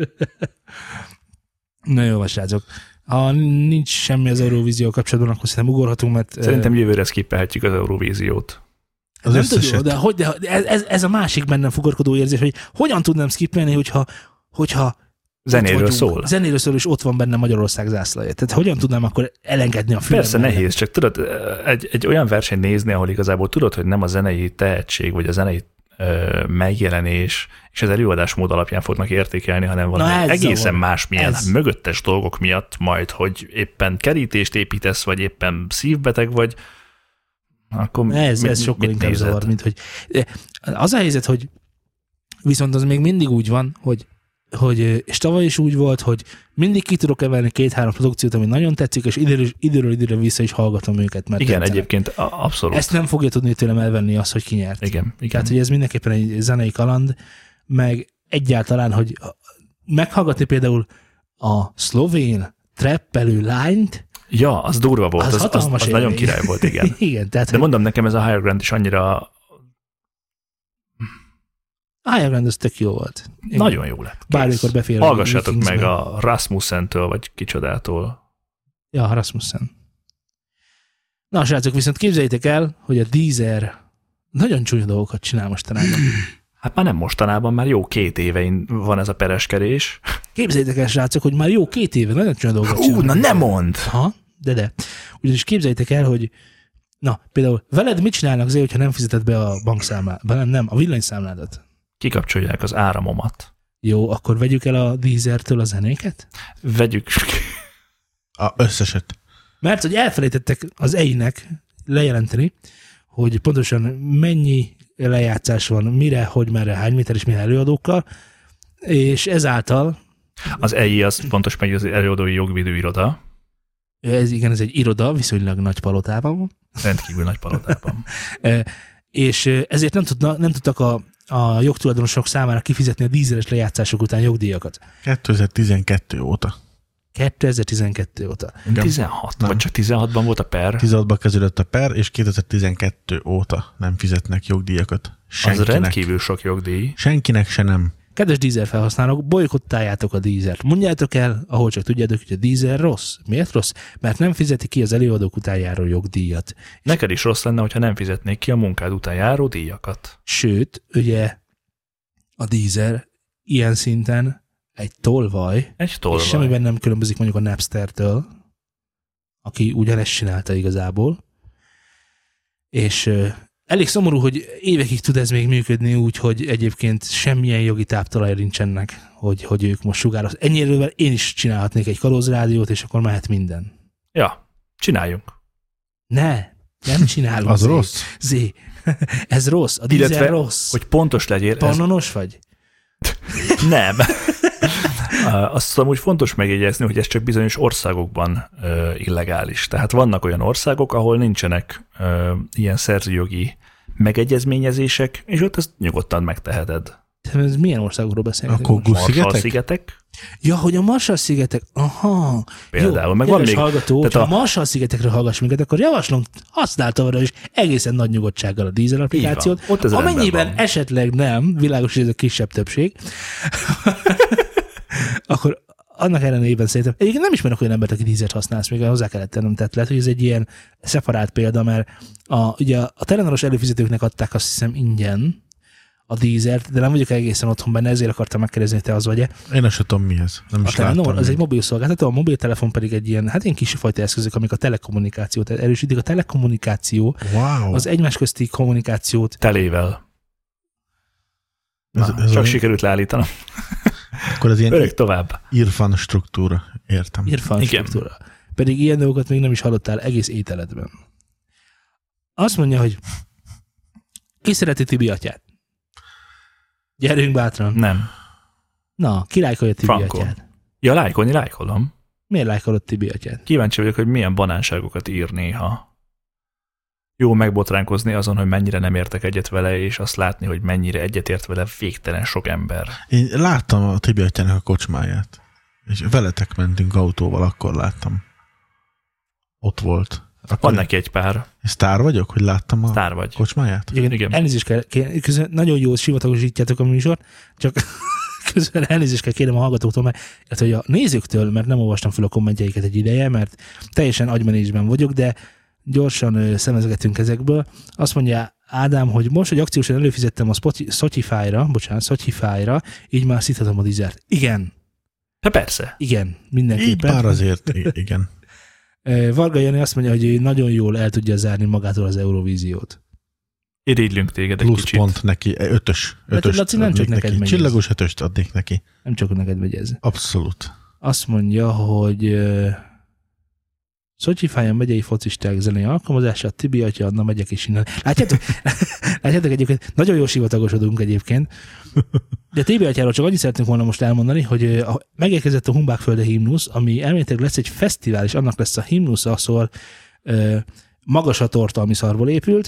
Na jó, srácok. Ha nincs semmi az Eurovízió kapcsolatban, akkor szerintem ugorhatunk, mert... Szerintem jövőre skippelhetjük az Eurovíziót. Az nem tudom, de, hogy, de ez, ez a másik bennem fugarkodó érzés, hogy hogyan tudnám skippelni, hogyha, hogyha zenéről szól. Zenéről szól, és ott van benne Magyarország zászlaja. Tehát hogyan tudnám akkor elengedni a fülemben? Persze nehéz, csak tudod, egy, egy olyan versenyt nézni, ahol igazából tudod, hogy nem a zenei tehetség, vagy a zenei ö, megjelenés, és az előadásmód alapján fognak értékelni, hanem valami egészen zavar. Másmilyen ez. Mögöttes dolgok miatt majd, hogy éppen kerítést építesz, vagy éppen szívbeteg vagy, akkor ez, mit, ez sokkal mit inkább nézed? zavar, mint hogy... Az a helyzet, hogy viszont az még mindig úgy van, hogy hogy, és tavaly is úgy volt, hogy mindig ki tudok emelni két-három produkciót, ami nagyon tetszik, és időről, időről időre vissza is hallgatom őket. Mert igen, tetszenek. Egyébként abszolút. Ezt nem fogja tudni tőlem elvenni az, hogy ki nyert. Igen, igen. Tehát, hogy ez mindenképpen egy zenei kaland, meg egyáltalán, hogy meghallgatni például a szlovén trappelő lányt. Ja, az durva volt, az, az, az, az nagyon király volt, igen. igen tehát, de mondom, nekem ez a Higher Ground is annyira... A Higher Ground az tök jó volt. Igen. Nagyon jó lett. Bármikor befér. Hallgassátok meg a Rasmussen-től, vagy kicsodától. Ja, a Rasmussen. Na, srácok, viszont képzeljétek el, hogy a Deezer nagyon csúnya dolgokat csinál mostanában. Hát már nem mostanában, már jó két éve van ez a pereskedés. Képzeljétek el, srácok, hogy már jó két éve nagyon csúnya dolgokat csinál. Ú, na ne mondd! Ha, de de. Ugyanis képzeljétek el, hogy na, például veled mit csinálnak azért, hogyha nem fizeted be a bankszámládat, nem, nem, a villanyszámládat? Kikapcsolják az áramomat. Jó, akkor vegyük el a Deezertől a zenéket? Vegyük. A összeset. Mert hogy elfelejtettek az é i nek lejelenteni, hogy pontosan mennyi lejátszás van, mire, hogy merre, hány méter és milyen előadókkal, és ezáltal... Az é i az pontos meg az előadói jogvédő iroda. Ez igen, ez egy iroda, viszonylag nagy palotában van. Rendkívül nagy palotában. És ezért nem, tudna, nem tudtak a, a jogtulajdonosok számára kifizetni a dízeres lejátszások után jogdíjakat. kétezer-tizenkettő óta. kétezer-tizenkettő óta. tizenhat, nem. Vagy csak tizenhatban volt a per? tizenhatban kezdődött a per, és kétezer-tizenkettő óta nem fizetnek jogdíjakat. Senkinek. Az rendkívül sok jogdíj. Senkinek se nem. Kedves Deezer felhasználók, bolykottáljátok a Deezert. Mondjátok el, ahol csak tudjátok, hogy a Deezer rossz. Miért rossz? Mert nem fizeti ki az előadók után járó jogdíjat. Neked is rossz lenne, hogyha nem fizetnék ki a munkád után járó díjakat. Sőt, ugye a Deezer ilyen szinten egy tolvaj, egy tolvaj. És semmiben nem különbözik mondjuk a Napster-től, aki ugyanezt csinálta igazából. És elég szomorú, hogy évekig tud ez még működni úgy, hogy egyébként semmilyen jogi táptalaj nincsenek, hogy, hogy ők most sugároz. Ennyire én is csinálhatnék egy kalózrádiót, és akkor mehet minden. Ja, csináljunk. Ne, nem csinálunk. Az Zé. rossz? Zé. Ez rossz, a Deezer Illetve, rossz. hogy pontos legyél. Pannonos ez... vagy? Nem. Azt amúgy fontos megjegyezni, hogy ez csak bizonyos országokban uh, illegális. Tehát vannak olyan országok, ahol nincsenek uh, ilyen szerzőjogi megegyezményezések, és ott ezt nyugodtan megteheted. Ez milyen országokról beszélünk? A Kókusz-szigetek? Marshall-szigetek? Ja, hogy a Marshall-szigetek, aha. Például, jó, meg van még... hallgató, hogyha a... a Marshall-szigetekre hallgass minket, akkor javaslom, használd továbbra is egészen nagy nyugodtsággal a Deezer applikációt. Ott ez amennyiben esetleg nem, világos, hogy ez a kisebb többség, akkor annak ellenében szerintem, egyébként nem ismerek olyan embert, aki Deezert használsz, még hozzá kellett tennem, tehát lehet, hogy ez egy ilyen szeparált példa, mert a, ugye a telenoros előfizetőknek adták azt hiszem ingyen a Deezert, de nem vagyok egészen otthon benne, ezért akartam megkérdezni, hogy te az vagy-e. Én azt tudom mi ez. Nem a is Telenor, láttam. az egy mobil szolgáltató, a mobiltelefon pedig egy ilyen, hát ilyen kisfajta eszközök, amik a telekommunikációt erősítik. A telekommunikáció wow. az egymás közti kommunikációt. Telével. Ez, Na, ez csak a... sikerült leállítanom. Akkor ez ilyen Öreg tovább. Irfan struktúra, értem. Irfan Igen. struktúra. Pedig ilyen dolgokat még nem is hallottál egész ételedben. Azt mondja, hogy ki szereti Tibi atyát? Gyerünk bátran. Nem. Na, ki lájkolja Tibi Franco. atyát? Ja, lájkolni lájkolom. Miért lájkolod Tibi atyát? Kíváncsi vagyok, hogy milyen banánságokat ír néha. Jó megbotránkozni azon, hogy mennyire nem értek egyet vele, és azt látni, hogy mennyire egyetért vele végtelen sok ember. Én láttam a Tibi atyának a kocsmáját. És veletek mentünk autóval, akkor láttam. Ott volt. Akkor Van neki egy pár. Sztár vagyok, hogy láttam a Sztár vagy. kocsmáját? Igen. Igen. Elnézést kell, kell közben nagyon jól sivatagosítjátok a műsort, csak közben elnézést kell kérem a hallgatóktól, mert hát, hogy a nézőktől, mert nem olvastam fel a kommentjeiket egy ideje, mert teljesen agymenésben vagyok, de gyorsan ö, szemezgetünk ezekből. Azt mondja Ádám, hogy most, hogy akciósan előfizettem a Spotify-ra, bocsánat, Spotify-ra, így már szíthatom a Deezert. Igen. De persze. Igen, mindenképpen. Így már azért, igen. Varga Jani azt mondja, hogy ő nagyon jól el tudja zárni magától az Eurovíziót. Irigylünk téged egy Plusz kicsit. pont neki, ötös. ötös Laci, nem csak neked megy ez. Csillagos ötöst adnék neki. Nem csak neked megy ez. Abszolút. Azt mondja, hogy uh, Spotify-on megyei focisták zenei alkalmazása, Tibi atya, na megyek is innen. Látjátok? Látjátok egyébként, nagyon jól sivatagosodunk egyébként. De Tibi atyáról csak annyit szeretnénk volna most elmondani, hogy uh, megérkezett a Humbákfölde himnusz, ami elméletileg lesz egy fesztivál, és annak lesz a himnusza, szóval uh, magas a torta, ami szarból épült.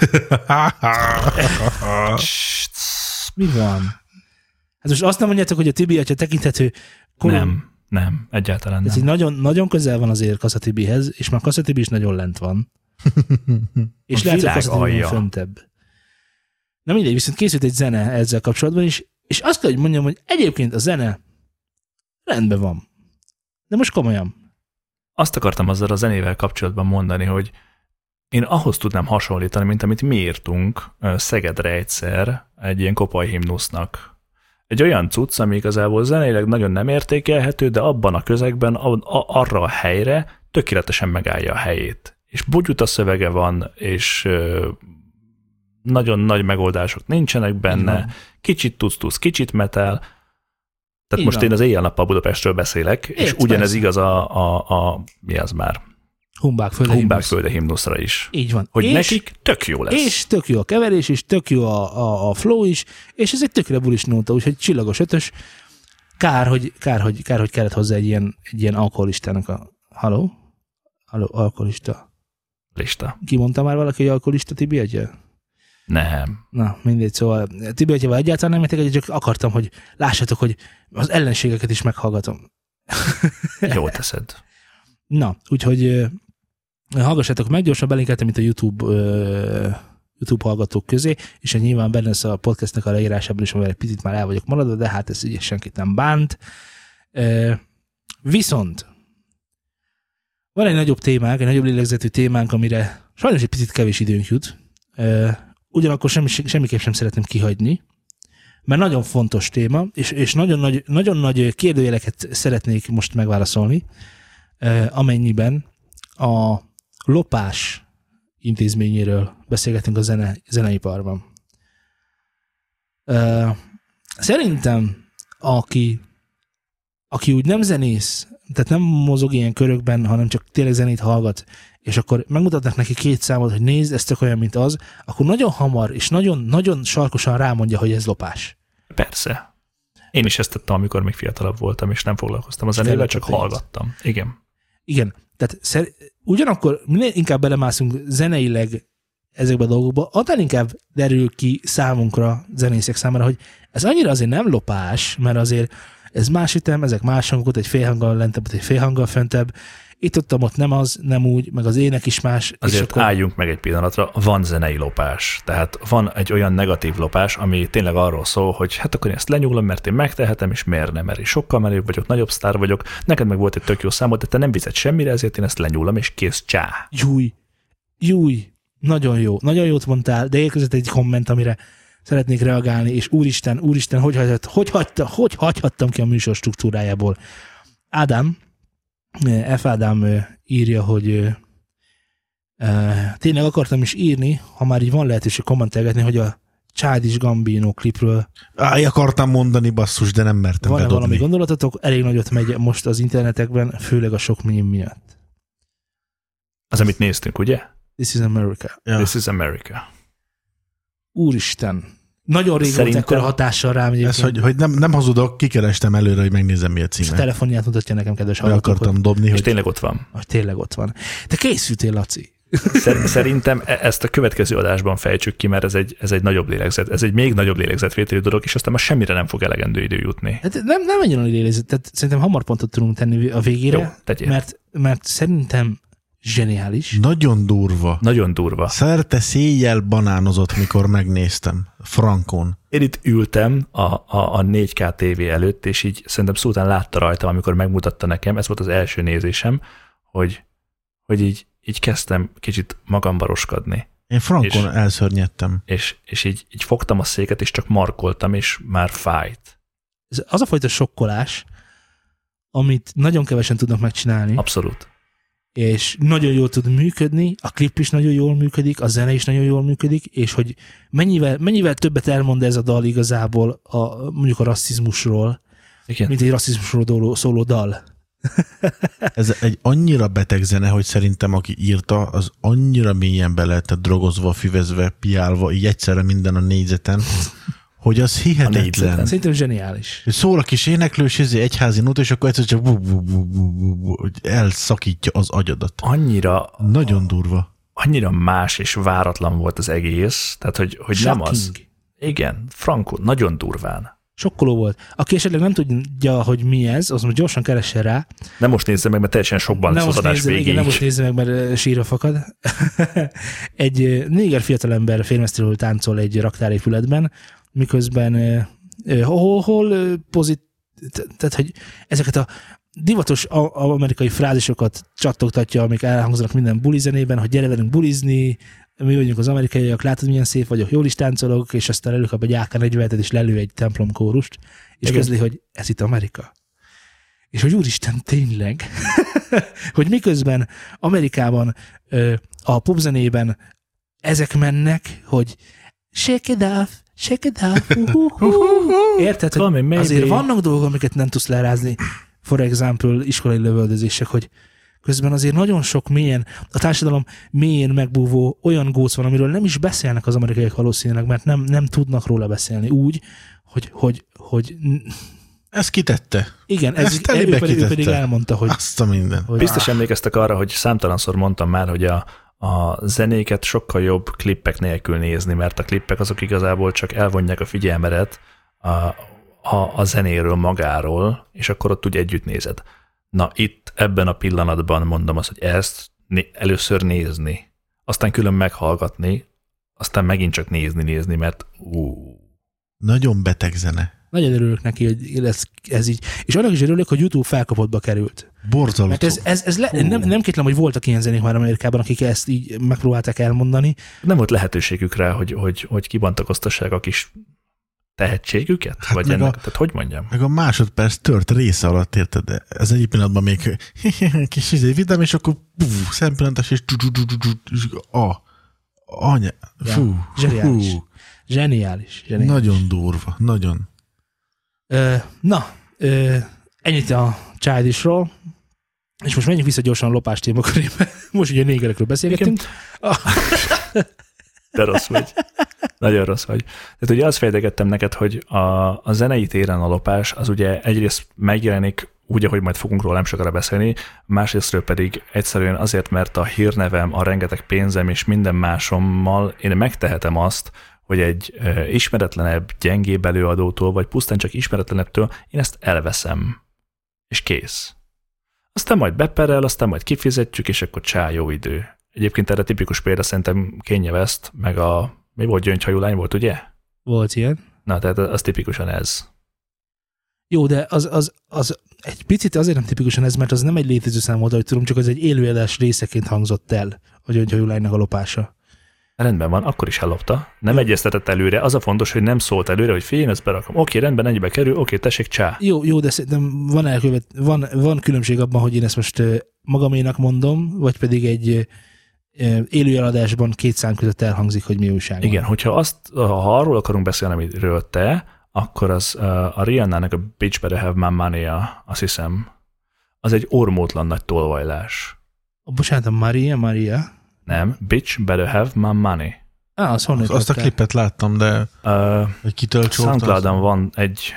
Mi van? Hát most azt nem mondjátok, hogy a Tibi atya tekinthető... Kor... Nem, nem, egyáltalán Ez nem. így nagyon, nagyon közel van azért Kassa Tibihez, és már Kassa Tibi is nagyon lent van. És A lehet, hogy világ Kassa Tibi alja. van föntebb. Na mindegy, viszont készült egy zene ezzel kapcsolatban is, és azt kell, hogy mondjam, hogy egyébként a zene rendben van. De most komolyan. Azt akartam azzal a zenével kapcsolatban mondani, hogy én ahhoz tudnám hasonlítani, mint amit mi írtunk Szegedre egyszer egy ilyen kopai himnusznak. Egy olyan cucc, ami igazából zeneileg nagyon nem értékelhető, de abban a közegben, a, a, arra a helyre tökéletesen megállja a helyét. És bugyuta szövege van, és ö, nagyon nagy megoldások nincsenek benne, kicsit tusz-tusz, kicsit metal. Tehát Így most van. én az éjjel-nappal Budapestről beszélek, és Értsz, ugyanez persze. igaz a, a, a, mi az már? Humbágfölde Humbágfölde himnuszra is. Így van. Hogy és, nekik tök jó lesz. És tök jó a keverés, és tök jó a, a, a flow is, és ez egy tökre bulis nóta, úgyhogy csillagos ötös. Kár, hogy, kár, hogy, kár, hogy kellett hozzá egy ilyen, egy ilyen alkoholistának a... Halló? Halló, alkoholista. Lista. Ki mondta már valaki, hogy alkoholista Tibi Atya? Nem. Na, mindegy, szóval Tibi Atyával egyáltalán nem értek, csak akartam, hogy lássátok, hogy az ellenségeket is meghallgatom. Jó teszed. Na, úgyhogy hallgassátok meg, gyorsan belinkeltem itt a YouTube, uh, YouTube hallgatók közé, és nyilván benne lesz a podcastnek a leírásában is, amivel egy picit már el vagyok maradva, de hát ez ugye senkit nem bánt. Uh, viszont van egy nagyobb témánk, egy nagyobb lélegzetű témánk, amire sajnos egy picit kevés időnk jut. Uh, ugyanakkor semmi, semmiképp sem szeretném kihagyni, mert nagyon fontos téma, és, és nagyon, nagy, nagyon nagy kérdőjeleket szeretnék most megválaszolni, uh, amennyiben a lopás intézményéről beszélgetünk a zene, zeneiparban. Uh, szerintem, aki, aki úgy nem zenész, tehát nem mozog ilyen körökben, hanem csak tényleg zenét hallgat, és akkor megmutatnak neki két számot, hogy nézd, ez tök olyan, mint az, akkor nagyon hamar és nagyon, nagyon sarkosan rámondja, hogy ez lopás. Persze. Én is ezt tettem, amikor még fiatalabb voltam, és nem foglalkoztam a zenével, csak hallgattam. Igen. Igen. Tehát szer- ugyanakkor minél inkább belemászunk zeneileg ezekbe a dolgokba, annál inkább derül ki számunkra, zenészek számára, hogy ez annyira azért nem lopás, mert azért ez más ütem, ezek más hangok, egy félhanggal lentebb, egy félhanggal föntebb, itt ott, ott nem az, nem úgy, meg az ének is más. Azért és akkor... álljunk meg egy pillanatra, van zenei lopás. Tehát van egy olyan negatív lopás, ami tényleg arról szól, hogy hát akkor én ezt lenyúlom, mert én megtehetem, és miért nem, mert én sokkal menőbb vagyok, nagyobb sztár vagyok, neked meg volt egy tök jó számod, de te nem vizet semmire, ezért én ezt lenyúlom, és kész, csá. Júj, júj, nagyon jó, nagyon jót mondtál, de érkezett egy komment, amire szeretnék reagálni, és úristen, úristen, hogy, hagyhat, hogy, hagyta, hogy hagyhattam ki a műsor struktúrájából. Ádám, F. Ádám írja, hogy uh, tényleg akartam is írni, ha már így van lehetőség kommentelgetni, hogy a Childish Gambino klipről Áj, akartam mondani, basszus, de nem mertem van-e bedobni. valami gondolatotok? Elég nagyot megy most az internetekben, főleg a sok mím miatt. Az, amit néztünk, ugye? This is America. Ja. This is America. Úristen. Nagyon rég volt ekkora hatással rám. Ez, hogy, hogy nem, nem hazudok, kikerestem előre, hogy megnézem, mi a címe. És a telefonját mutatja nekem, kedves Be hallgatók. akartam dobni, És hogy... tényleg ott van. Hogy tényleg ott van. Te készültél, Laci. Szerintem ezt a következő adásban fejtsük ki, mert ez egy, ez egy nagyobb lélegzet, ez egy még nagyobb lélegzetvételű dolog, és aztán már semmire nem fog elegendő idő jutni. Hát nem, nem egy olyan lélegzet, tehát szerintem hamar pontot tudunk tenni a végére, Jó, tegyél. mert, mert szerintem zseniális. Nagyon durva. Nagyon durva. Szerte széjjel banánozott, mikor megnéztem. Frankon. Én itt ültem a, a, a négy ká tévé előtt, és így szerintem Szultán látta rajtam, amikor megmutatta nekem, ez volt az első nézésem, hogy, hogy így, így kezdtem kicsit magamba roskadni. Én frankon és, elszörnyedtem. És, és így, így fogtam a széket, és csak markoltam, és már fájt. Ez az a fajta sokkolás, amit nagyon kevesen tudnak megcsinálni. Abszolút. És nagyon jól tud működni, a klip is nagyon jól működik, a zene is nagyon jól működik, és hogy mennyivel, mennyivel többet elmond ez a dal igazából a, mondjuk a rasszizmusról, igen, mint egy rasszizmusról szóló dal. Ez egy annyira beteg zene, hogy szerintem aki írta, az annyira mélyen be lehetett drogozva, füvezve, piálva, így egyszerre minden a négyzeten, hogy az hihetetlen. Szerintem zseniális. Szól a kis éneklős, egyházi nóta, és akkor egyszer csak bu, bu, bu, bu, bu, bu, elszakítja az agyadat. Annyira... Nagyon durva. Annyira más és váratlan volt az egész, tehát hogy, hogy nem az. Igen, Franco, nagyon durván. Sokkoló volt. Aki esetleg nem tudja, hogy mi ez, az most gyorsan keressen rá. Nem most nézze meg, mert teljesen sokban lesz az adás végéig. Igen, nem most nézze meg, mert sírva fakad. Egy néger fiatalember félmeztelenül táncol egy raktárépületben, miközben uh, hol, hol uh, pozit, tehát, hogy ezeket a divatos amerikai frázisokat csattogtatja, amik elhangzanak minden bulizenében, hogy gyere velünk bulizni, mi vagyunk az amerikaiak, látod milyen szép vagyok, jól is táncolok, és aztán előkap egy á ká negyvenetet, és lelő egy templomkórust, és igen, közli, hogy ez itt Amerika. És hogy úristen, tényleg, hogy miközben Amerikában a popzenében ezek mennek, hogy shake it off, shake it off, uh-huh. Érted, hogy azért vannak dolgok, amiket nem tudsz lerázni. For example, iskolai lövöldözések, hogy közben azért nagyon sok mélyen, a társadalom mélyén megbúvó olyan góc van, amiről nem is beszélnek az amerikaiak valószínűleg, mert nem, nem tudnak róla beszélni úgy, hogy, hogy, hogy ez kitette. Igen, ez így, ő, pedig, ő pedig elmondta, hogy... Azt a minden. Hogy biztos emlékeztek arra, hogy számtalanszor mondtam már, hogy a, a zenéket sokkal jobb klippek nélkül nézni, mert a klippek azok igazából csak elvonják a figyelmedet a, a, a zenéről magáról, és akkor ott úgy együtt nézed. Na itt ebben a pillanatban mondom azt, hogy ezt né- először nézni, aztán külön meghallgatni, aztán megint csak nézni, nézni, mert ú. Nagyon beteg zene. Nagyon örülök neki, hogy ez, ez így. És annak is örülök, hogy YouTube felkapottba került. Borzalotó. Mert ez, ez, ez le, nem, nem kétlem, hogy voltak ilyen zenék már Amerikában, akik ezt így megpróbálták elmondani. Nem volt lehetőségük rá, hogy, hogy, hogy kibontakoztassák a kis tehetségüket? Hát vagy ennek, a, tehát hogy mondjam? Meg a másodperc tört része alatt, érted? De ez egy pillanatban még kis izé vidám, és akkor puf, szempillantás, és a anya, fú, zseniális. Zseniális. Zseniális. Nagyon durva, nagyon. Ö, na, ö, ennyit a Childishról, és most menjünk vissza gyorsan a lopás témakörébe. Most ugye négerekről beszélgetünk. De rossz vagy. Nagyon rossz vagy. Tehát ugye azt fejtegettem neked, hogy a, a zenei téren a lopás az ugye egyrészt megjelenik úgy, ahogy majd fogunk róla nem sokára beszélni, másrésztről pedig egyszerűen azért, mert a hírnevem, a rengeteg pénzem és minden másommal én megtehetem azt, hogy egy e, ismeretlenebb, gyengébb előadótól, vagy pusztán csak ismeretlenebbtől én ezt elveszem. És kész. Aztán majd beperel, aztán majd kifizetjük, és akkor csá, jó idő. Egyébként erre tipikus példa szerintem Kanye West, meg a, mi volt, gyöngyhajú lány volt, ugye? Volt ilyen. Na, tehát az tipikusan ez. Jó, de az, az, az egy picit azért nem tipikusan ez, mert az nem egy létező szám volt, ahogy tudom, csak az egy élőadás részeként hangzott el a gyöngyhajú lánynak a lopása. Rendben van, akkor is ellopta. Nem jó. Egyeztetett előre. Az a fontos, hogy nem szólt előre, hogy figyelj, ezt berakom. Oké, rendben, ennyibe kerül, oké, tessék, csá. Jó, jó, de szerintem van, elkövet, van, van különbség abban, hogy én ezt most magaménak mondom, vagy pedig egy élőadásban két szám között elhangzik, hogy mi újság. Igen, hogyha azt, ha arról akarunk beszélni, amiről te, akkor az a Rihannának a Bitch Better Have My Money-a, azt hiszem, az egy ormótlan nagy tolvajlás. Oh, bocsánat, a Maria, Maria? Nem, Bitch Better Have My Money. Ah, az honnan Azt a klipet láttam, de uh, hogy kitől csólt. SoundCloudon van egy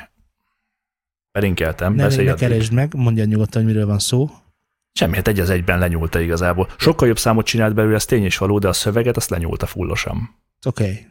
belinkeltem. Ne, ne keresd meg, mondjad nyugodtan, hogy miről van szó. Semmihet egy az egyben lenyúlta igazából. Sokkal jobb számot csinált belőle, ez tény és való, de a szöveget azt lenyúlta fullosan. Oké.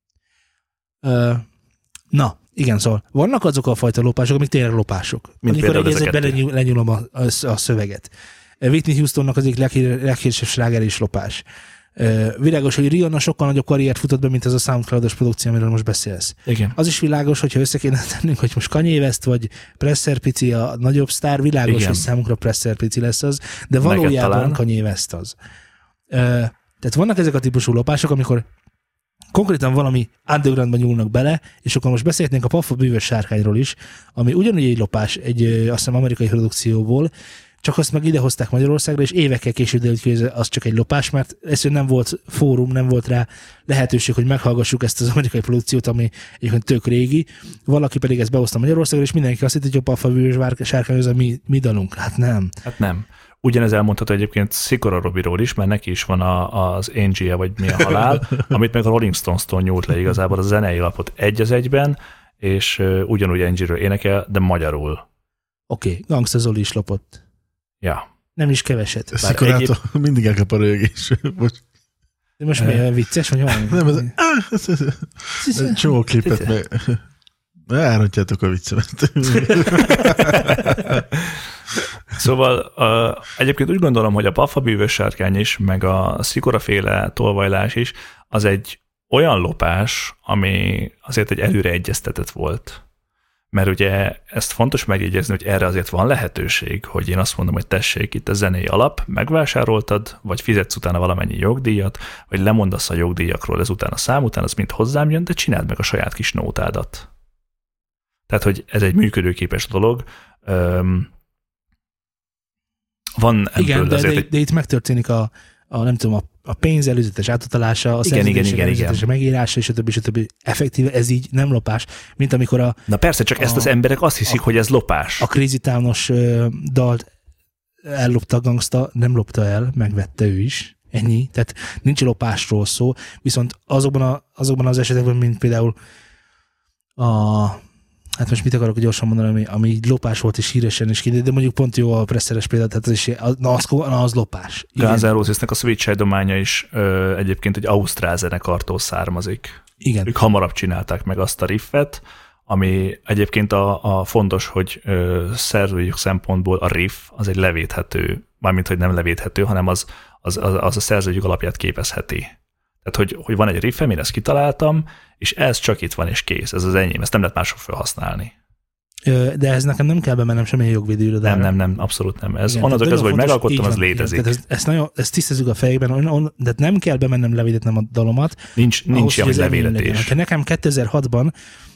Okay. Uh, na, igen, szóval vannak azok a fajta lopások, amik tényleg lopások. Mint amikor egy ezekben lenyúl, lenyúlom a, a, a szöveget. Whitney Houstonnak az egyik leghír, leghíresebb sláger is lopás. Uh, világos, hogy Rihanna sokkal nagyobb karriert futott be, mint ez a SoundCloud-os produkció, amiről most beszélsz. Igen. Az is világos, hogyha össze kéne tennünk, hogy most Kanye West vagy Presser Pici a nagyobb sztár, világos, igen, hogy számunkra Presser Pici lesz az, de valójában Kanye West az. Uh, tehát vannak ezek a típusú lopások, amikor konkrétan valami undergroundba nyúlnak bele, és akkor most beszélhetnénk a Paffa bűvös sárkányról is, ami ugyanúgy egy lopás, egy azt hiszem amerikai produkcióból, csak azt meg idehozták Magyarországra, és évekkel később derült ki, hogy az csak egy lopás, mert egyszerűen nem volt fórum, nem volt rá lehetőség, hogy meghallgassuk ezt az amerikai produkciót, ami egyébként tök régi. Valaki pedig ezt behozta Magyarországra, és mindenki azt hitt, hogy a Paffa bűvös sárkány az a mi, mi dalunk. Hát nem. Hát nem. Ugyanez elmondható egyébként Szikora Robiról is, mert neki is van a, az Angie, vagy mi a halál, amit meg a Rolling Stones-tól nyújt le igazából a zenei lapot egy az egyben, és uh, ugyanúgy Angie-ről énekel, de magyarul. Oké, okay. Gangsta Zoli is lopott. Ja. Nem is keveset. Szikorától egyéb... mindig elkap a rögés. De most mi olyan vicces, vagy valami? Nem, ez, ez, ez, ez csomó klipet meg... Elrontjátok a viccemet. Szóval uh, egyébként úgy gondolom, hogy a Paffa bűvös sárkány is, meg a Szikora-féle tolvajlás is, az egy olyan lopás, ami azért egy előre egyeztetett volt. Mert ugye ezt fontos megjegyezni, hogy erre azért van lehetőség, hogy én azt mondom, hogy tessék, itt a zenei alap, megvásároltad, vagy fizetsz utána valamennyi jogdíjat, vagy lemondasz a jogdíjakról ezután a szám után, az mind hozzám jön, de csináld meg a saját kis nótádat. Tehát, hogy ez egy működőképes dolog. Öm, van igen, de, azért de, egy... de itt megtörténik a, a nem tudom, a, a pénz előzetes átutalása, a szerződések előzetes megírása, és a többi, és a többi. Effektíve ez így nem lopás, mint amikor a... Na persze, csak a, ezt az emberek azt hiszik, a, hogy ez lopás. A Crazy Town-os uh, dalt ellopta a gangsta, nem lopta el, megvette ő is. Ennyi. Tehát nincs lopásról szó, viszont azokban, a, azokban az esetekben, mint például a, hát most mit akarok gyorsan mondani, ami, ami lopás volt és híresen is kiderült, de mondjuk pont jó a presszeres példa, tehát az, is, na, az, na, az lopás. Guns N' Rosesnek a Switch dománya is ö, egyébként egy ausztrál zenekartól származik. Igen. Ők hamarabb csinálták meg azt a riffet, ami egyébként a, a fontos, hogy ö, szerzőjük szempontból a riff az egy levédhető, mármint, hogy nem levédhető, hanem az, az, az, az a szerzőjük alapját képezheti. Tehát, hogy, hogy van egy riffem, én ezt kitaláltam, és ez csak itt van, és kész. Ez az enyém, ezt nem lehet mások felhasználni. De ez nekem nem kell bemennem semmilyen jogvédőirodára. Nem, nem, nem, abszolút nem. Ez onnantól kezdve, hogy megalkottam, az létezik. Igen, ezt, ezt, nagyon, ezt tisztezzük a fejekben, on, on, de nem kell bemennem levédetnem a dalomat. Nincs, nincs ilyen, hogy levédetés. Ha nekem kétezer-hatban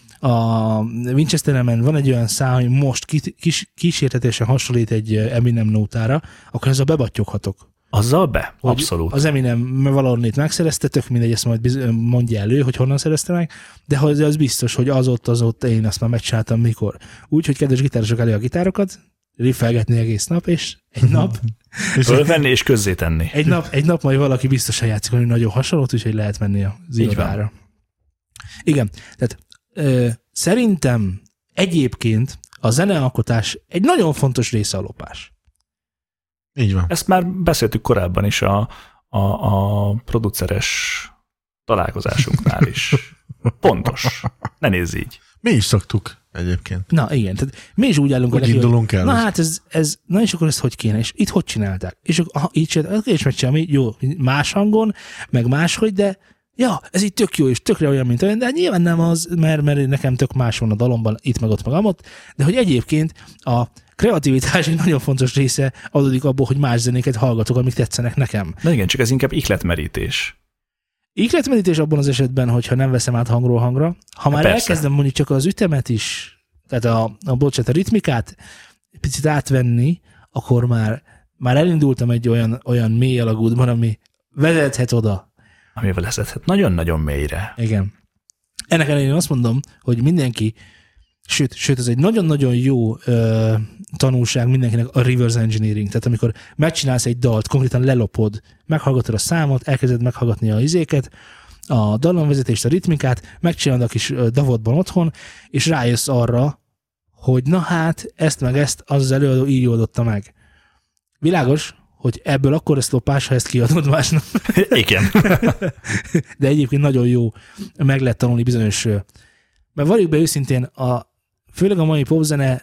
a Winchester-en van egy olyan szám, hogy most kis, kísértetesen hasonlít egy Eminem nótára, akkor ezzel bebattyoghatok. Azzal be? Abszolút. Az Eminem valahol itt megszerezte, tök mindegy, ezt majd mondja elő, hogy honnan szerezte meg, de hogy az biztos, hogy az ott, az ott én azt már megcsináltam mikor. Úgy, hogy kedves gitárosok elő a gitárokat, riffelgetni egész nap, és egy nap... Fölvenni és közzétenni. Egy nap, egy nap majd valaki biztosan játszik, hogy nagyon hasonlót, úgyhogy lehet menni az irodára. Igen, tehát ö, szerintem egyébként a zenealkotás egy nagyon fontos része a lopás. Így van. Ezt már beszéltük korábban is a, a, a produceres találkozásunknál is. Pontos. Ne nézz így. Mi is szoktuk egyébként. Na igen, tehát mi is úgy állunk, hogy neki, indulunk hogy, el. Na hát ez, ez, na és akkor ezt hogy kéne, és itt hogy csinálták? És akkor így csinálták, és megcsinálom, jó, más hangon, meg máshogy, de ja, ez így tök jó, és tökre olyan, mint olyan, de nyilván nem az, mert, mert nekem tök más van a dalomban, itt meg ott meg amott, de hogy egyébként a kreativitás egy nagyon fontos része adódik abból, hogy más zenéket hallgatok, amik tetszenek nekem. Na igen, csak ez inkább ihletmerítés. Ihletmerítés abban az esetben, hogyha nem veszem át hangról hangra. Ha már Persze. elkezdem mondjuk csak az ütemet is, tehát a, a bocsánat, a ritmikát picit átvenni, akkor már, már elindultam egy olyan, olyan mély alagútban, ami vezethet oda. Ami vezethet nagyon-nagyon mélyre. Igen. Ennek ellenére azt mondom, hogy mindenki, sőt, sőt ez egy nagyon-nagyon jó ö, tanulság mindenkinek a reverse engineering. Tehát amikor megcsinálsz egy dalt, konkrétan lelopod, meghallgatod a számot, elkezded meghallgatni a izéket, a dallamvezetést, a ritmikát, megcsinálod a kis davodban otthon, és rájössz arra, hogy na hát, ezt meg ezt az, az előadó így oldotta meg. Világos, hogy ebből akkor lesz lopás, ha ezt kiadod másnak. Igen. De egyébként nagyon jó meg lehet tanulni bizonyos, mert valljuk be őszintén, a, főleg a mai popzene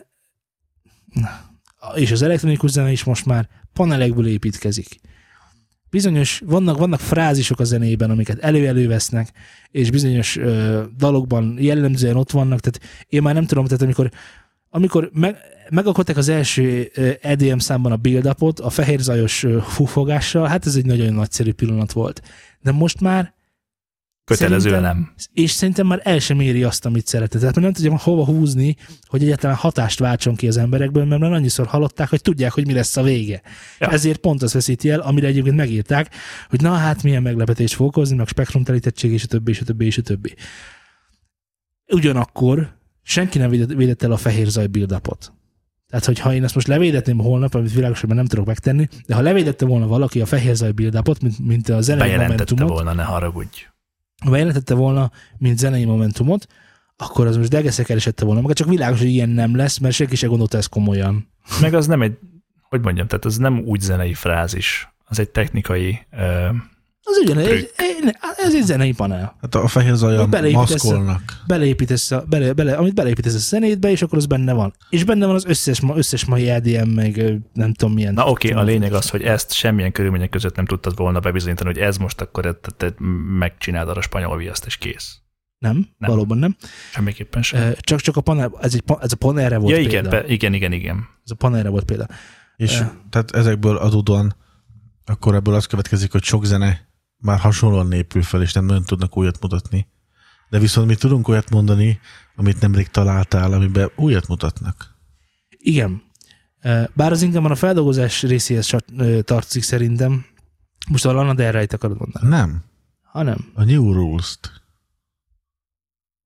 és az elektronikus zene is most már panelekből építkezik. Bizonyos, vannak, vannak frázisok a zenében, amiket elő-elő vesznek, és bizonyos ö, dalokban jellemzően ott vannak, tehát én már nem tudom, tehát amikor, amikor meg, megalkották az első E D M számban a build-upot, a fehér zajos fúfogással, hát ez egy nagyon nagyszerű pillanat volt. De most már kötelező nem. És szerintem már el sem éri azt, amit szeretett. Tehát nem tudja hova húzni, hogy egyáltalán hatást váltson ki az emberekből, mert már annyiszor hallották, hogy tudják, hogy mi lesz a vége. Ja. Ezért pont az veszíti el, amire egyébként megírták, hogy na hát milyen meglepetést fog okozni, meg spektrumtelítettség, és a többi, és a többi, és a többi. Ugyanakkor senki nem védett el a fehér zaj build-upot. Tehát, hogyha én ezt most levédetném holnap, amit világosabban nem tudok megtenni, de ha levédette volna valaki a fehér zaj build-upot, mint, mint a zenei momentumot, bejelentette volna, ne haragudj. Ha bejelentette volna, mint zenei momentumot, akkor az most degeszek esette volna maga, csak világos, hogy ilyen nem lesz, mert senki se gondolta ezt komolyan. Meg az nem egy, hogy mondjam, tehát az nem úgy zenei frázis, az egy technikai uh, az ugyan, egy, ez egy zenei panel. Hát a fehér zajjal maszkolnak. Beleépítesz, a, bele, bele, amit beleépítesz a zenétbe, és akkor az benne van. És benne van az összes, összes mai E D M, meg nem tudom milyen. Na oké, okay, a lényeg az, hogy ezt semmilyen körülmények között nem tudtad volna bebizonyítani, hogy ez most akkor te, te megcsináld arra a spanyol viaszt, és kész. Nem, nem, valóban nem. Semmiképpen sem. Csak, csak a panel, ez, egy, ez a panelre volt ja, példa. Igen, be, igen, igen, igen. Ez a panelre volt példa. És uh, tehát ezekből adódóan akkor ebből az következik, hogy sok zene már hasonlóan népül fel, és nem nagyon tudnak újat mutatni. De viszont mi tudunk olyat mondani, amit nemrég találtál, amiben újat mutatnak. Igen. Bár az inkább a feldolgozás részéhez tartozik szerintem. Most a Lana Del Rey-t akarod mondani? Nem. Ha nem. A New Rules-t.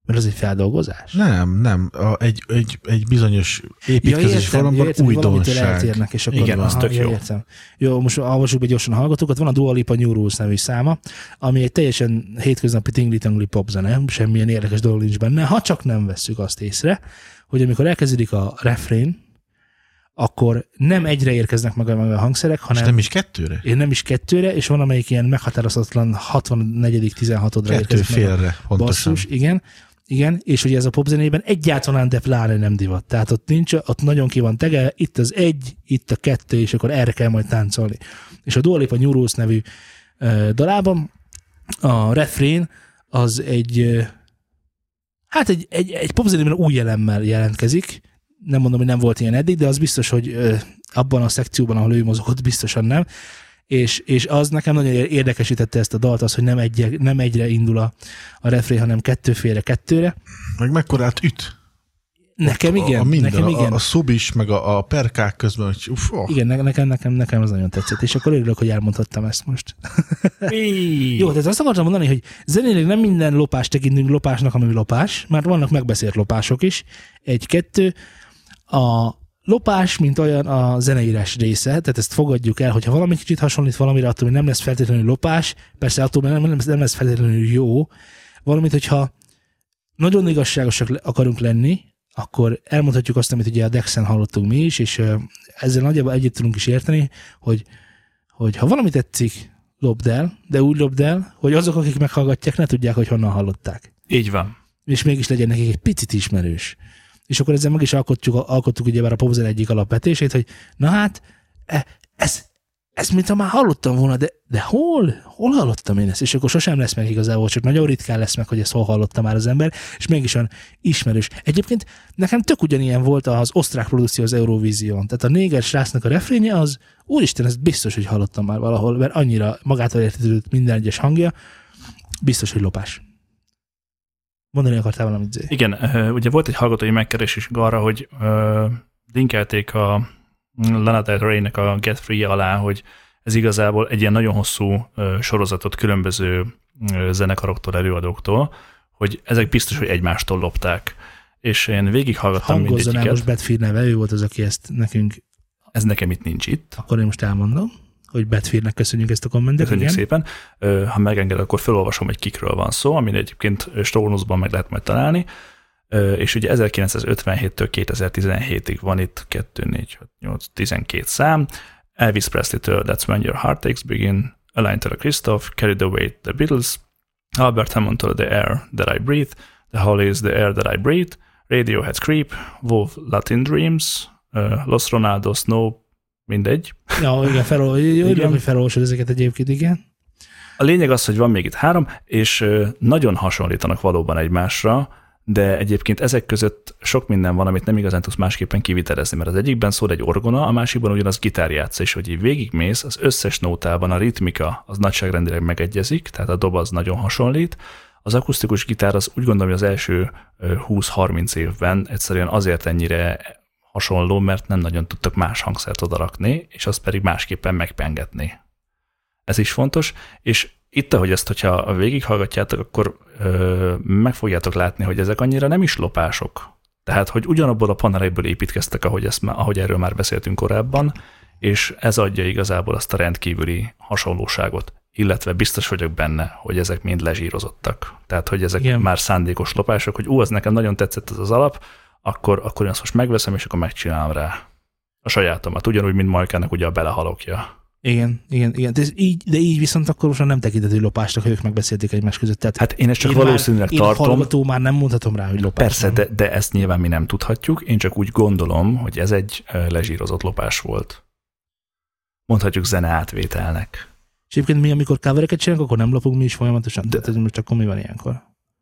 Mert az egy feldolgozás? Nem, nem. A, egy, egy, egy bizonyos építkezés ja, valamiban újdonság. Eltérnek, és akkor igen, az aha, tök jó. Értem. Jó, most olvassuk be gyorsan a hallgatókat. Van a Dua Lipa New Rules nevű száma, ami egy teljesen hétköznapi tingli-tangli popzene, semmilyen érdekes dolog nincs benne, ha csak nem vesszük azt észre, hogy amikor elkezdődik a refrén, akkor nem egyre érkeznek meg a hangszerek, hanem... És nem is kettőre? Én nem is kettőre, és van, amelyik ilyen meghatározatlan hatvannégy tizenhatodra Kettő érkezik félre, meg a pontosan. basszus, igen. Igen, és ugye ez a popzenében egyáltalán de pláne nem divat. Tehát ott nincs, ott nagyon ki van tege, itt az egy, itt a kettő, és akkor erre kell majd táncolni. És a Dua Lipa New Rules nevű uh, dalában a refrén az egy, uh, hát egy, egy, egy popzenében új elemmel jelentkezik. Nem mondom, hogy nem volt ilyen eddig, de az biztos, hogy uh, abban a szekcióban, ahol ő mozogott, biztosan nem. És, és az nekem nagyon érdekesítette ezt a dalt, az, hogy nem, egy, nem egyre indul a, a refrén, hanem kettőféle kettőre. Meg mekkorát üt? Nekem Ott igen, a, a minden, nekem igen. A, a szub is, meg a, a perkák közben, hogy uff, oh. Igen, nekem, nekem, nekem az nagyon tetszett, és akkor örülök, hogy elmondhattam ezt most. Jó, tehát azt akartam mondani, hogy zenéleg nem minden lopást tekintünk lopásnak, ami lopás, mert vannak megbeszélt lopások is. Egy-kettő. A lopás, mint olyan a zeneírás része, tehát ezt fogadjuk el, hogyha valami kicsit hasonlít valamire, attól nem lesz feltétlenül lopás, persze attól nem, nem, nem lesz feltétlenül jó, valamint, hogyha nagyon igazságosak akarunk lenni, akkor elmondhatjuk azt, amit ugye a Dexen hallottunk mi is, és ezzel nagyjából együtt tudunk is érteni, hogy, hogy ha valami tetszik, lopd el, de úgy lopd el, hogy azok, akik meghallgatják, ne tudják, hogy honnan hallották. Így van. És mégis legyen nekik egy picit ismerős. És akkor ezzel meg is alkotjuk, alkottuk ugyebár a popzen egyik alapvetését, hogy na hát, ez, ez mintha már hallottam volna, de, de hol? Hol hallottam én ezt? És akkor sosem lesz meg igazából, csak nagyon ritkán lesz meg, hogy ezt hol hallotta már az ember, és mégis olyan ismerős. Egyébként nekem tök ugyanilyen volt az osztrák produkció az Eurovízión. Tehát a néger srácnak a refrénje az, úristen, ez biztos, hogy hallottam már valahol, mert annyira magától értetődött minden egyes hangja, biztos, hogy lopás. Mondani akartál valamit, Zé? Igen, ugye volt egy hallgatói megkeresés arra, hogy uh, linkelték a Lana Del Rey-nek a Get Free alá, hogy ez igazából egy ilyen nagyon hosszú uh, sorozatot különböző uh, zenekaroktól, előadóktól, hogy ezek biztos, hogy egymástól lopták. És én végighallgattam mindegyiket. Hangozzanámos Betfir neve, ő volt az, aki ezt nekünk... Ez nekem itt nincs itt. Akkor én most elmondom, hogy Betfirnek köszönjük ezt a kommentet. Köszönjük igen. szépen. Ha megenged, akkor felolvasom, hogy kikről van szó, amin egyébként Strónuszban meg lehet majd találni. És ugye ezerkilencszázötvenhéttől kétezer-tizenhétig van itt kettő, négy, hat, nyolc, tizenkét szám. Elvis Presley-től That's When Your Heartaches Begin, Alain-től Christoph, Carried Away The Beatles, Albert Hammond-től The Air That I Breathe, The Hollies The Air That I Breathe, Radiohead's Creep, Wolf Latin Dreams, uh, Los Ronaldo Snow, mindegy. Ja, igen, felol, jó, hogy felolvasod ezeket egyébként, igen. A lényeg az, hogy van még itt három, és nagyon hasonlítanak valóban egymásra, de egyébként ezek között sok minden van, amit nem igazán tudsz másképpen kivitelezni, mert az egyikben szól egy orgona, a másikban ugyanaz gitárjátsz, és hogy így végigmész, az összes nótában a ritmika az nagyságrendileg megegyezik, tehát a dob az nagyon hasonlít. Az akusztikus gitár az úgy gondolom, hogy az első húsz-harminc évben egyszerűen azért ennyire hasonló, mert nem nagyon tudtak más hangszert odarakni, és azt pedig másképpen megpengetni. Ez is fontos, és itt, ahogy ezt, hogyha végighallgatjátok, akkor ö, meg fogjátok látni, hogy ezek annyira nem is lopások. Tehát, hogy ugyanabból a panelekből építkeztek, ahogy, ezt, ahogy erről már beszéltünk korábban, és ez adja igazából azt a rendkívüli hasonlóságot, illetve biztos vagyok benne, hogy ezek mind lezsírozottak. Tehát, hogy ezek igen. már szándékos lopások, hogy ú, az nekem nagyon tetszett ez az alap, akkor, akkor én azt most megveszem, és akkor megcsinálom rá a sajátomat. Ugyanúgy, mint Majkának ugye a belehalokja. Igen, igen, igen. De, így, de így viszont akkor most nem tekintető lopásnak, hogy ők megbeszélték egymás között. Tehát hát én ezt csak én valószínűleg már, tartom. Én hallgató már nem mondhatom rá, hogy lopás. Persze, de, de ezt nyilván mi nem tudhatjuk. Én csak úgy gondolom, hogy ez egy lezsírozott lopás volt. Mondhatjuk zene átvételnek. És egyébként mi, amikor covereket csinálunk, akkor nem lopunk mi is folyamatosan? De. Tehát most akkor mi van ilyenkor?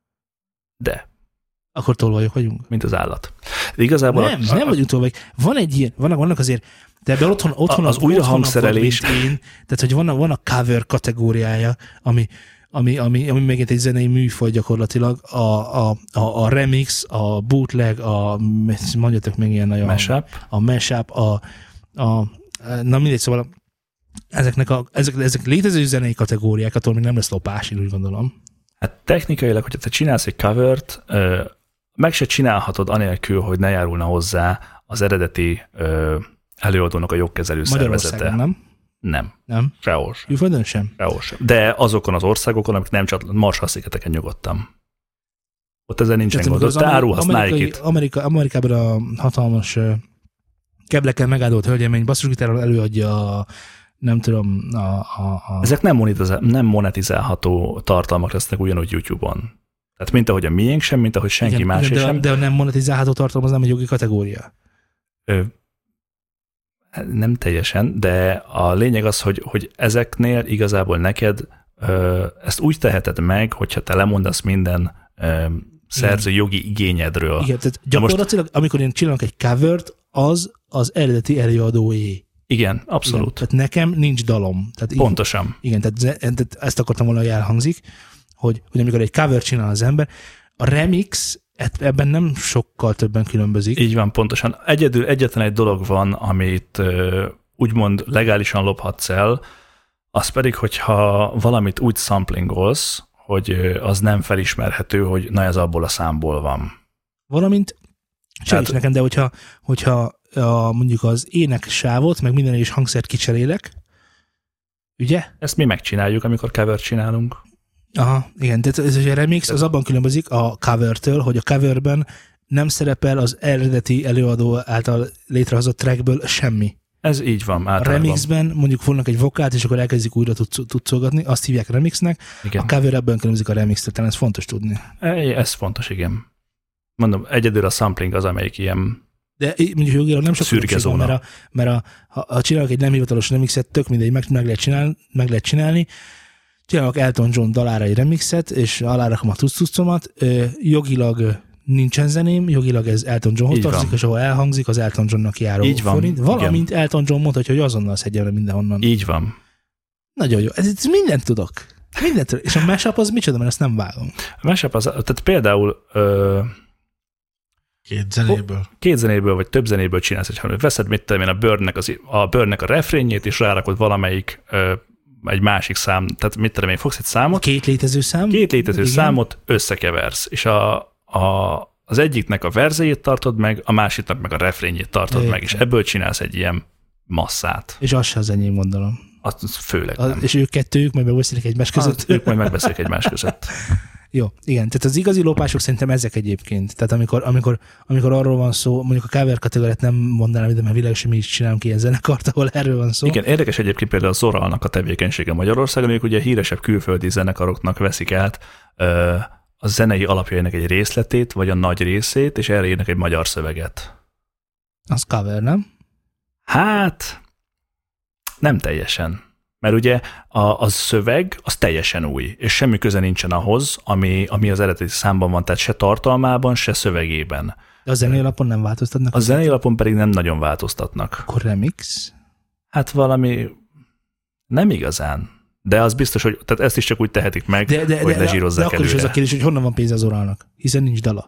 De. Akkor tolvajok vagyunk? Mint az állat. De igazából nem, a, nem vagyunk tolvajok. Van egy ilyen, vannak, vannak azért, de ebben otthon, otthon az, az újra hangszerelés. Én, tehát, hogy van a, van a cover kategóriája, ami, ami, ami, ami megint egy zenei műfaj gyakorlatilag, a, a, a, a remix, a bootleg, a, mondjatok még ilyen nagyon... Mashup. A mashup, a, a, na mindegy, szóval ezeknek a, ezek, ezek létező zenei kategóriák, attól még nem lesz lopás, én úgy gondolom. Hát technikailag, hogyha te csinálsz egy covert, meg se csinálhatod anélkül, hogy ne járulna hozzá az eredeti előadónak a jogkezelő szervezete. nem? Nem. Nem? Sehol sem. Külföldön sem? Sehol sem. De azokon az országokon, amik nem csak Marshall-szigeteken nyugodtam. Ott ezzel nincsen gond. Ott árulhatsz Nike-t. Amerika, Amerikában a hatalmas kebleken megáldott hölgyemény basszusgitárral előadja a, nem tudom, a... a, a... Ezek nem, monetizál, nem monetizálható tartalmak lesznek ugyanúgy YouTube-on. Tehát mint ahogy a miénk sem, mint ahogy senki igen, másé de, sem. De a nem monetizálható tartalom az nem egy jogi kategória. Ö, nem teljesen, de a lényeg az, hogy, hogy ezeknél igazából neked ö, ezt úgy teheted meg, hogyha te lemondasz minden ö, szerző igen. jogi igényedről. Igen, tehát gyakorlatilag, most... amikor én csinálok egy covert, az az eredeti előadóé. Igen, abszolút. Igen, tehát nekem nincs dalom. Tehát pontosan. Így, igen, tehát, tehát ezt akartam volna, hogy elhangzik, hogy, hogy amikor egy cover csinál az ember, a remix ebben nem sokkal többen különbözik. Így van, pontosan. Egyedül egyetlen egy dolog van, amit úgymond legálisan lophatsz el, az pedig, hogyha valamit úgy samplingolsz, hogy az nem felismerhető, hogy na ez abból a számból van. Valamint, segíts nekem, de hogyha, hogyha a, mondjuk az ének sávot, meg minden is hangszert kicserélek, ugye? Ezt mi megcsináljuk, amikor cover csinálunk. Aha, igen, tehát ez a remix az abban különbözik a covertől, hogy a coverben nem szerepel az eredeti előadó által létrehozott trackből semmi. Ez így van, általában. A remixben mondjuk fognak egy vokált, és akkor elkezdik újra tudszolgatni, azt hívják remixnek, igen. A cover ebben különbözik a remixtől, talán ez fontos tudni. Ez fontos, igen. Mondom, egyedül a sampling az, amelyik ilyen de mondjuk jogilag nem sok különbség van, mert, a, mert a, ha, ha csinálok egy nem hivatalos remixet, tök mindegy, meg, meg, lehet csinál, meg lehet csinálni, csinálok Elton John dalára egy remixet, és alárakom a tuc-tucomat, jogilag nincsen zeném, jogilag ez Elton Johnhoz tartozik, és ahol elhangzik, az Elton Johnnak járó így van, forint. Valamint igen. Elton John mondta, hogy azonnal szedjem le mindenhonnan. Így van. Nagyon jó. Ez, ez mindent tudok. Mindent tudok. És a mashup az micsoda, mert ezt nem vágom. A mashup az, tehát például ö, két zenéből. Két zenéből, vagy több zenéből csinálsz, hogy veszed, mit tudom én, a Birdnek, az, a Birdnek a refrénjét, és rárakod valamelyik ö, egy másik szám, tehát mit tudom én, fogsz egy számot. Két létező szám. Két létező igen. számot összekeversz, és a, a, az egyiknek a verzéjét tartod meg, a másiknak meg a refrénjét tartod igen. meg, és ebből csinálsz egy ilyen masszát. És az se az enyém, gondolom. Az főleg a, nem. És ők kettőjük majd megbeszélik egymás között. Az, ők majd megbeszélik egymás között. Jó, igen, tehát az igazi lopások szerintem ezek egyébként. Tehát amikor, amikor, amikor arról van szó, mondjuk a cover kategóriát nem mondanám ide, mert világos, hogy mi is csinálunk ilyen zenekart, ahol erről van szó. Igen, érdekes egyébként például a Zoralnak a tevékenysége Magyarországon, amik ugye híresebb külföldi zenekaroknak veszik át ö, a zenei alapjainak egy részletét, vagy a nagy részét, és erre írnak egy magyar szöveget. Az cover, nem? Hát, nem teljesen. Mert ugye a, a szöveg az teljesen új, és semmi köze nincsen ahhoz, ami, ami az eredeti számban van, tehát se tartalmában, se szövegében. De a zenei alapon nem változtatnak? A zenei alapon pedig nem nagyon változtatnak. Akkor remix? Hát valami nem igazán. De az biztos, hogy tehát ezt is csak úgy tehetik meg, de, de, hogy lezsírozzák előre. De akkor is az a kérdés, hogy honnan van pénz az Oralnak, hiszen nincs dala.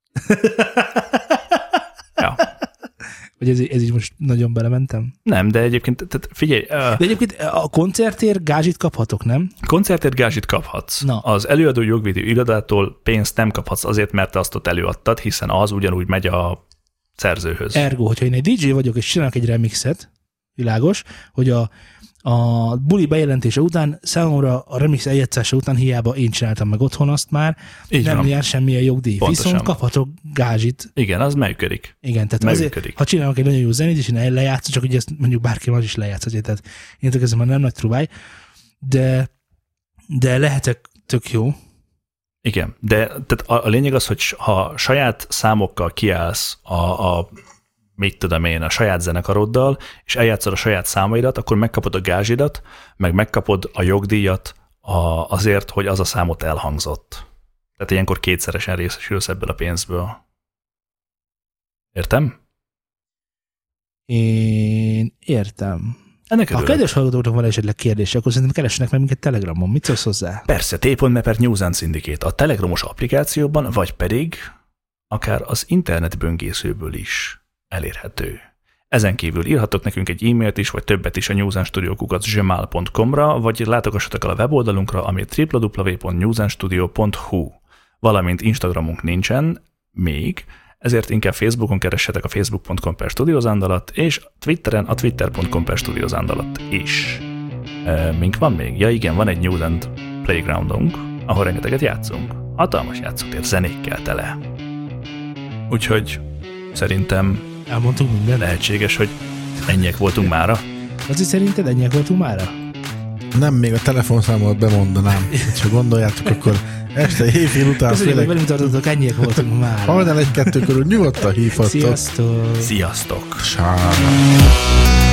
Ja. Vagy ez, ez így most nagyon belementem? Nem, de egyébként, tehát figyelj. Uh, de egyébként a koncertért gázsit kaphatok, nem? Koncertért gázsit kaphatsz. Na. Az előadó jogvédő irodától pénzt nem kaphatsz azért, mert te azt ott előadtad, hiszen az ugyanúgy megy a szerzőhöz. Ergo, hogyha én egy dé dzsé vagyok, és csinálok egy remixet, világos, hogy a, a buli bejelentése után, számomra a remix eljátszása után hiába én csináltam meg otthon azt már, így nem van. Jár semmilyen jogdíj. Pontosan. Viszont kaphatok gázsit. Igen, az működik. Igen, tehát működik. Azért, ha csinálok egy nagyon jó zenét, és én lejátszom, csak ugye ezt mondjuk bárki más is lejátsz, tehát én tök ezzel már nem nagy trubály, de, de lehetek tök jó. Igen, de tehát a, a lényeg az, hogy ha saját számokkal kiállsz a, a mit tudom én, a saját zenekaroddal, és eljátszod a saját számaidat, akkor megkapod a gázsidat, meg megkapod a jogdíjat a, azért, hogy az a számot elhangzott. Tehát ilyenkor kétszeresen részesülsz ebből a pénzből. Értem? Én értem. Ennek ha a kedves hallgatóknak van esetleg kérdése, akkor szerintem keressenek meg minket Telegramon. Mit szólsz hozzá? Persze, t pont me per News and Syndicate a Telegramos applikációban, vagy pedig akár az internetböngészőből is elérhető. Ezen kívül írhatok nekünk egy e-mailt is, vagy többet is a newsandstudio kukac gmail pont com-ra, vagy látogassatok el a weboldalunkra, ami double-u double-u double-u pont newsandstudio pont hu. Valamint Instagramunk nincsen még, ezért inkább Facebookon keressetek a facebook pont com per studiozand alatt, és Twitteren a twitter pont com per studiozand alatt is. E, mink van még? Ja igen, van egy News and Playgroundunk, ahol rengeteget játszunk. Hatalmas játszótér zenékkel tele. Úgyhogy szerintem elmondtunk mindent. Lehetséges, hogy ennyiek voltunk mára. Az is szerinted ennyiek voltunk mára? Nem, még a telefonszámot bemondanám. Ha gondoljátok, akkor este hétfél után köszönjük, hogy velünk tartottatok, ennyiek voltunk mára. Hajnal egy-kettő körül nyugodtan hívhattok. Sziasztok! Sziasztok! Sá.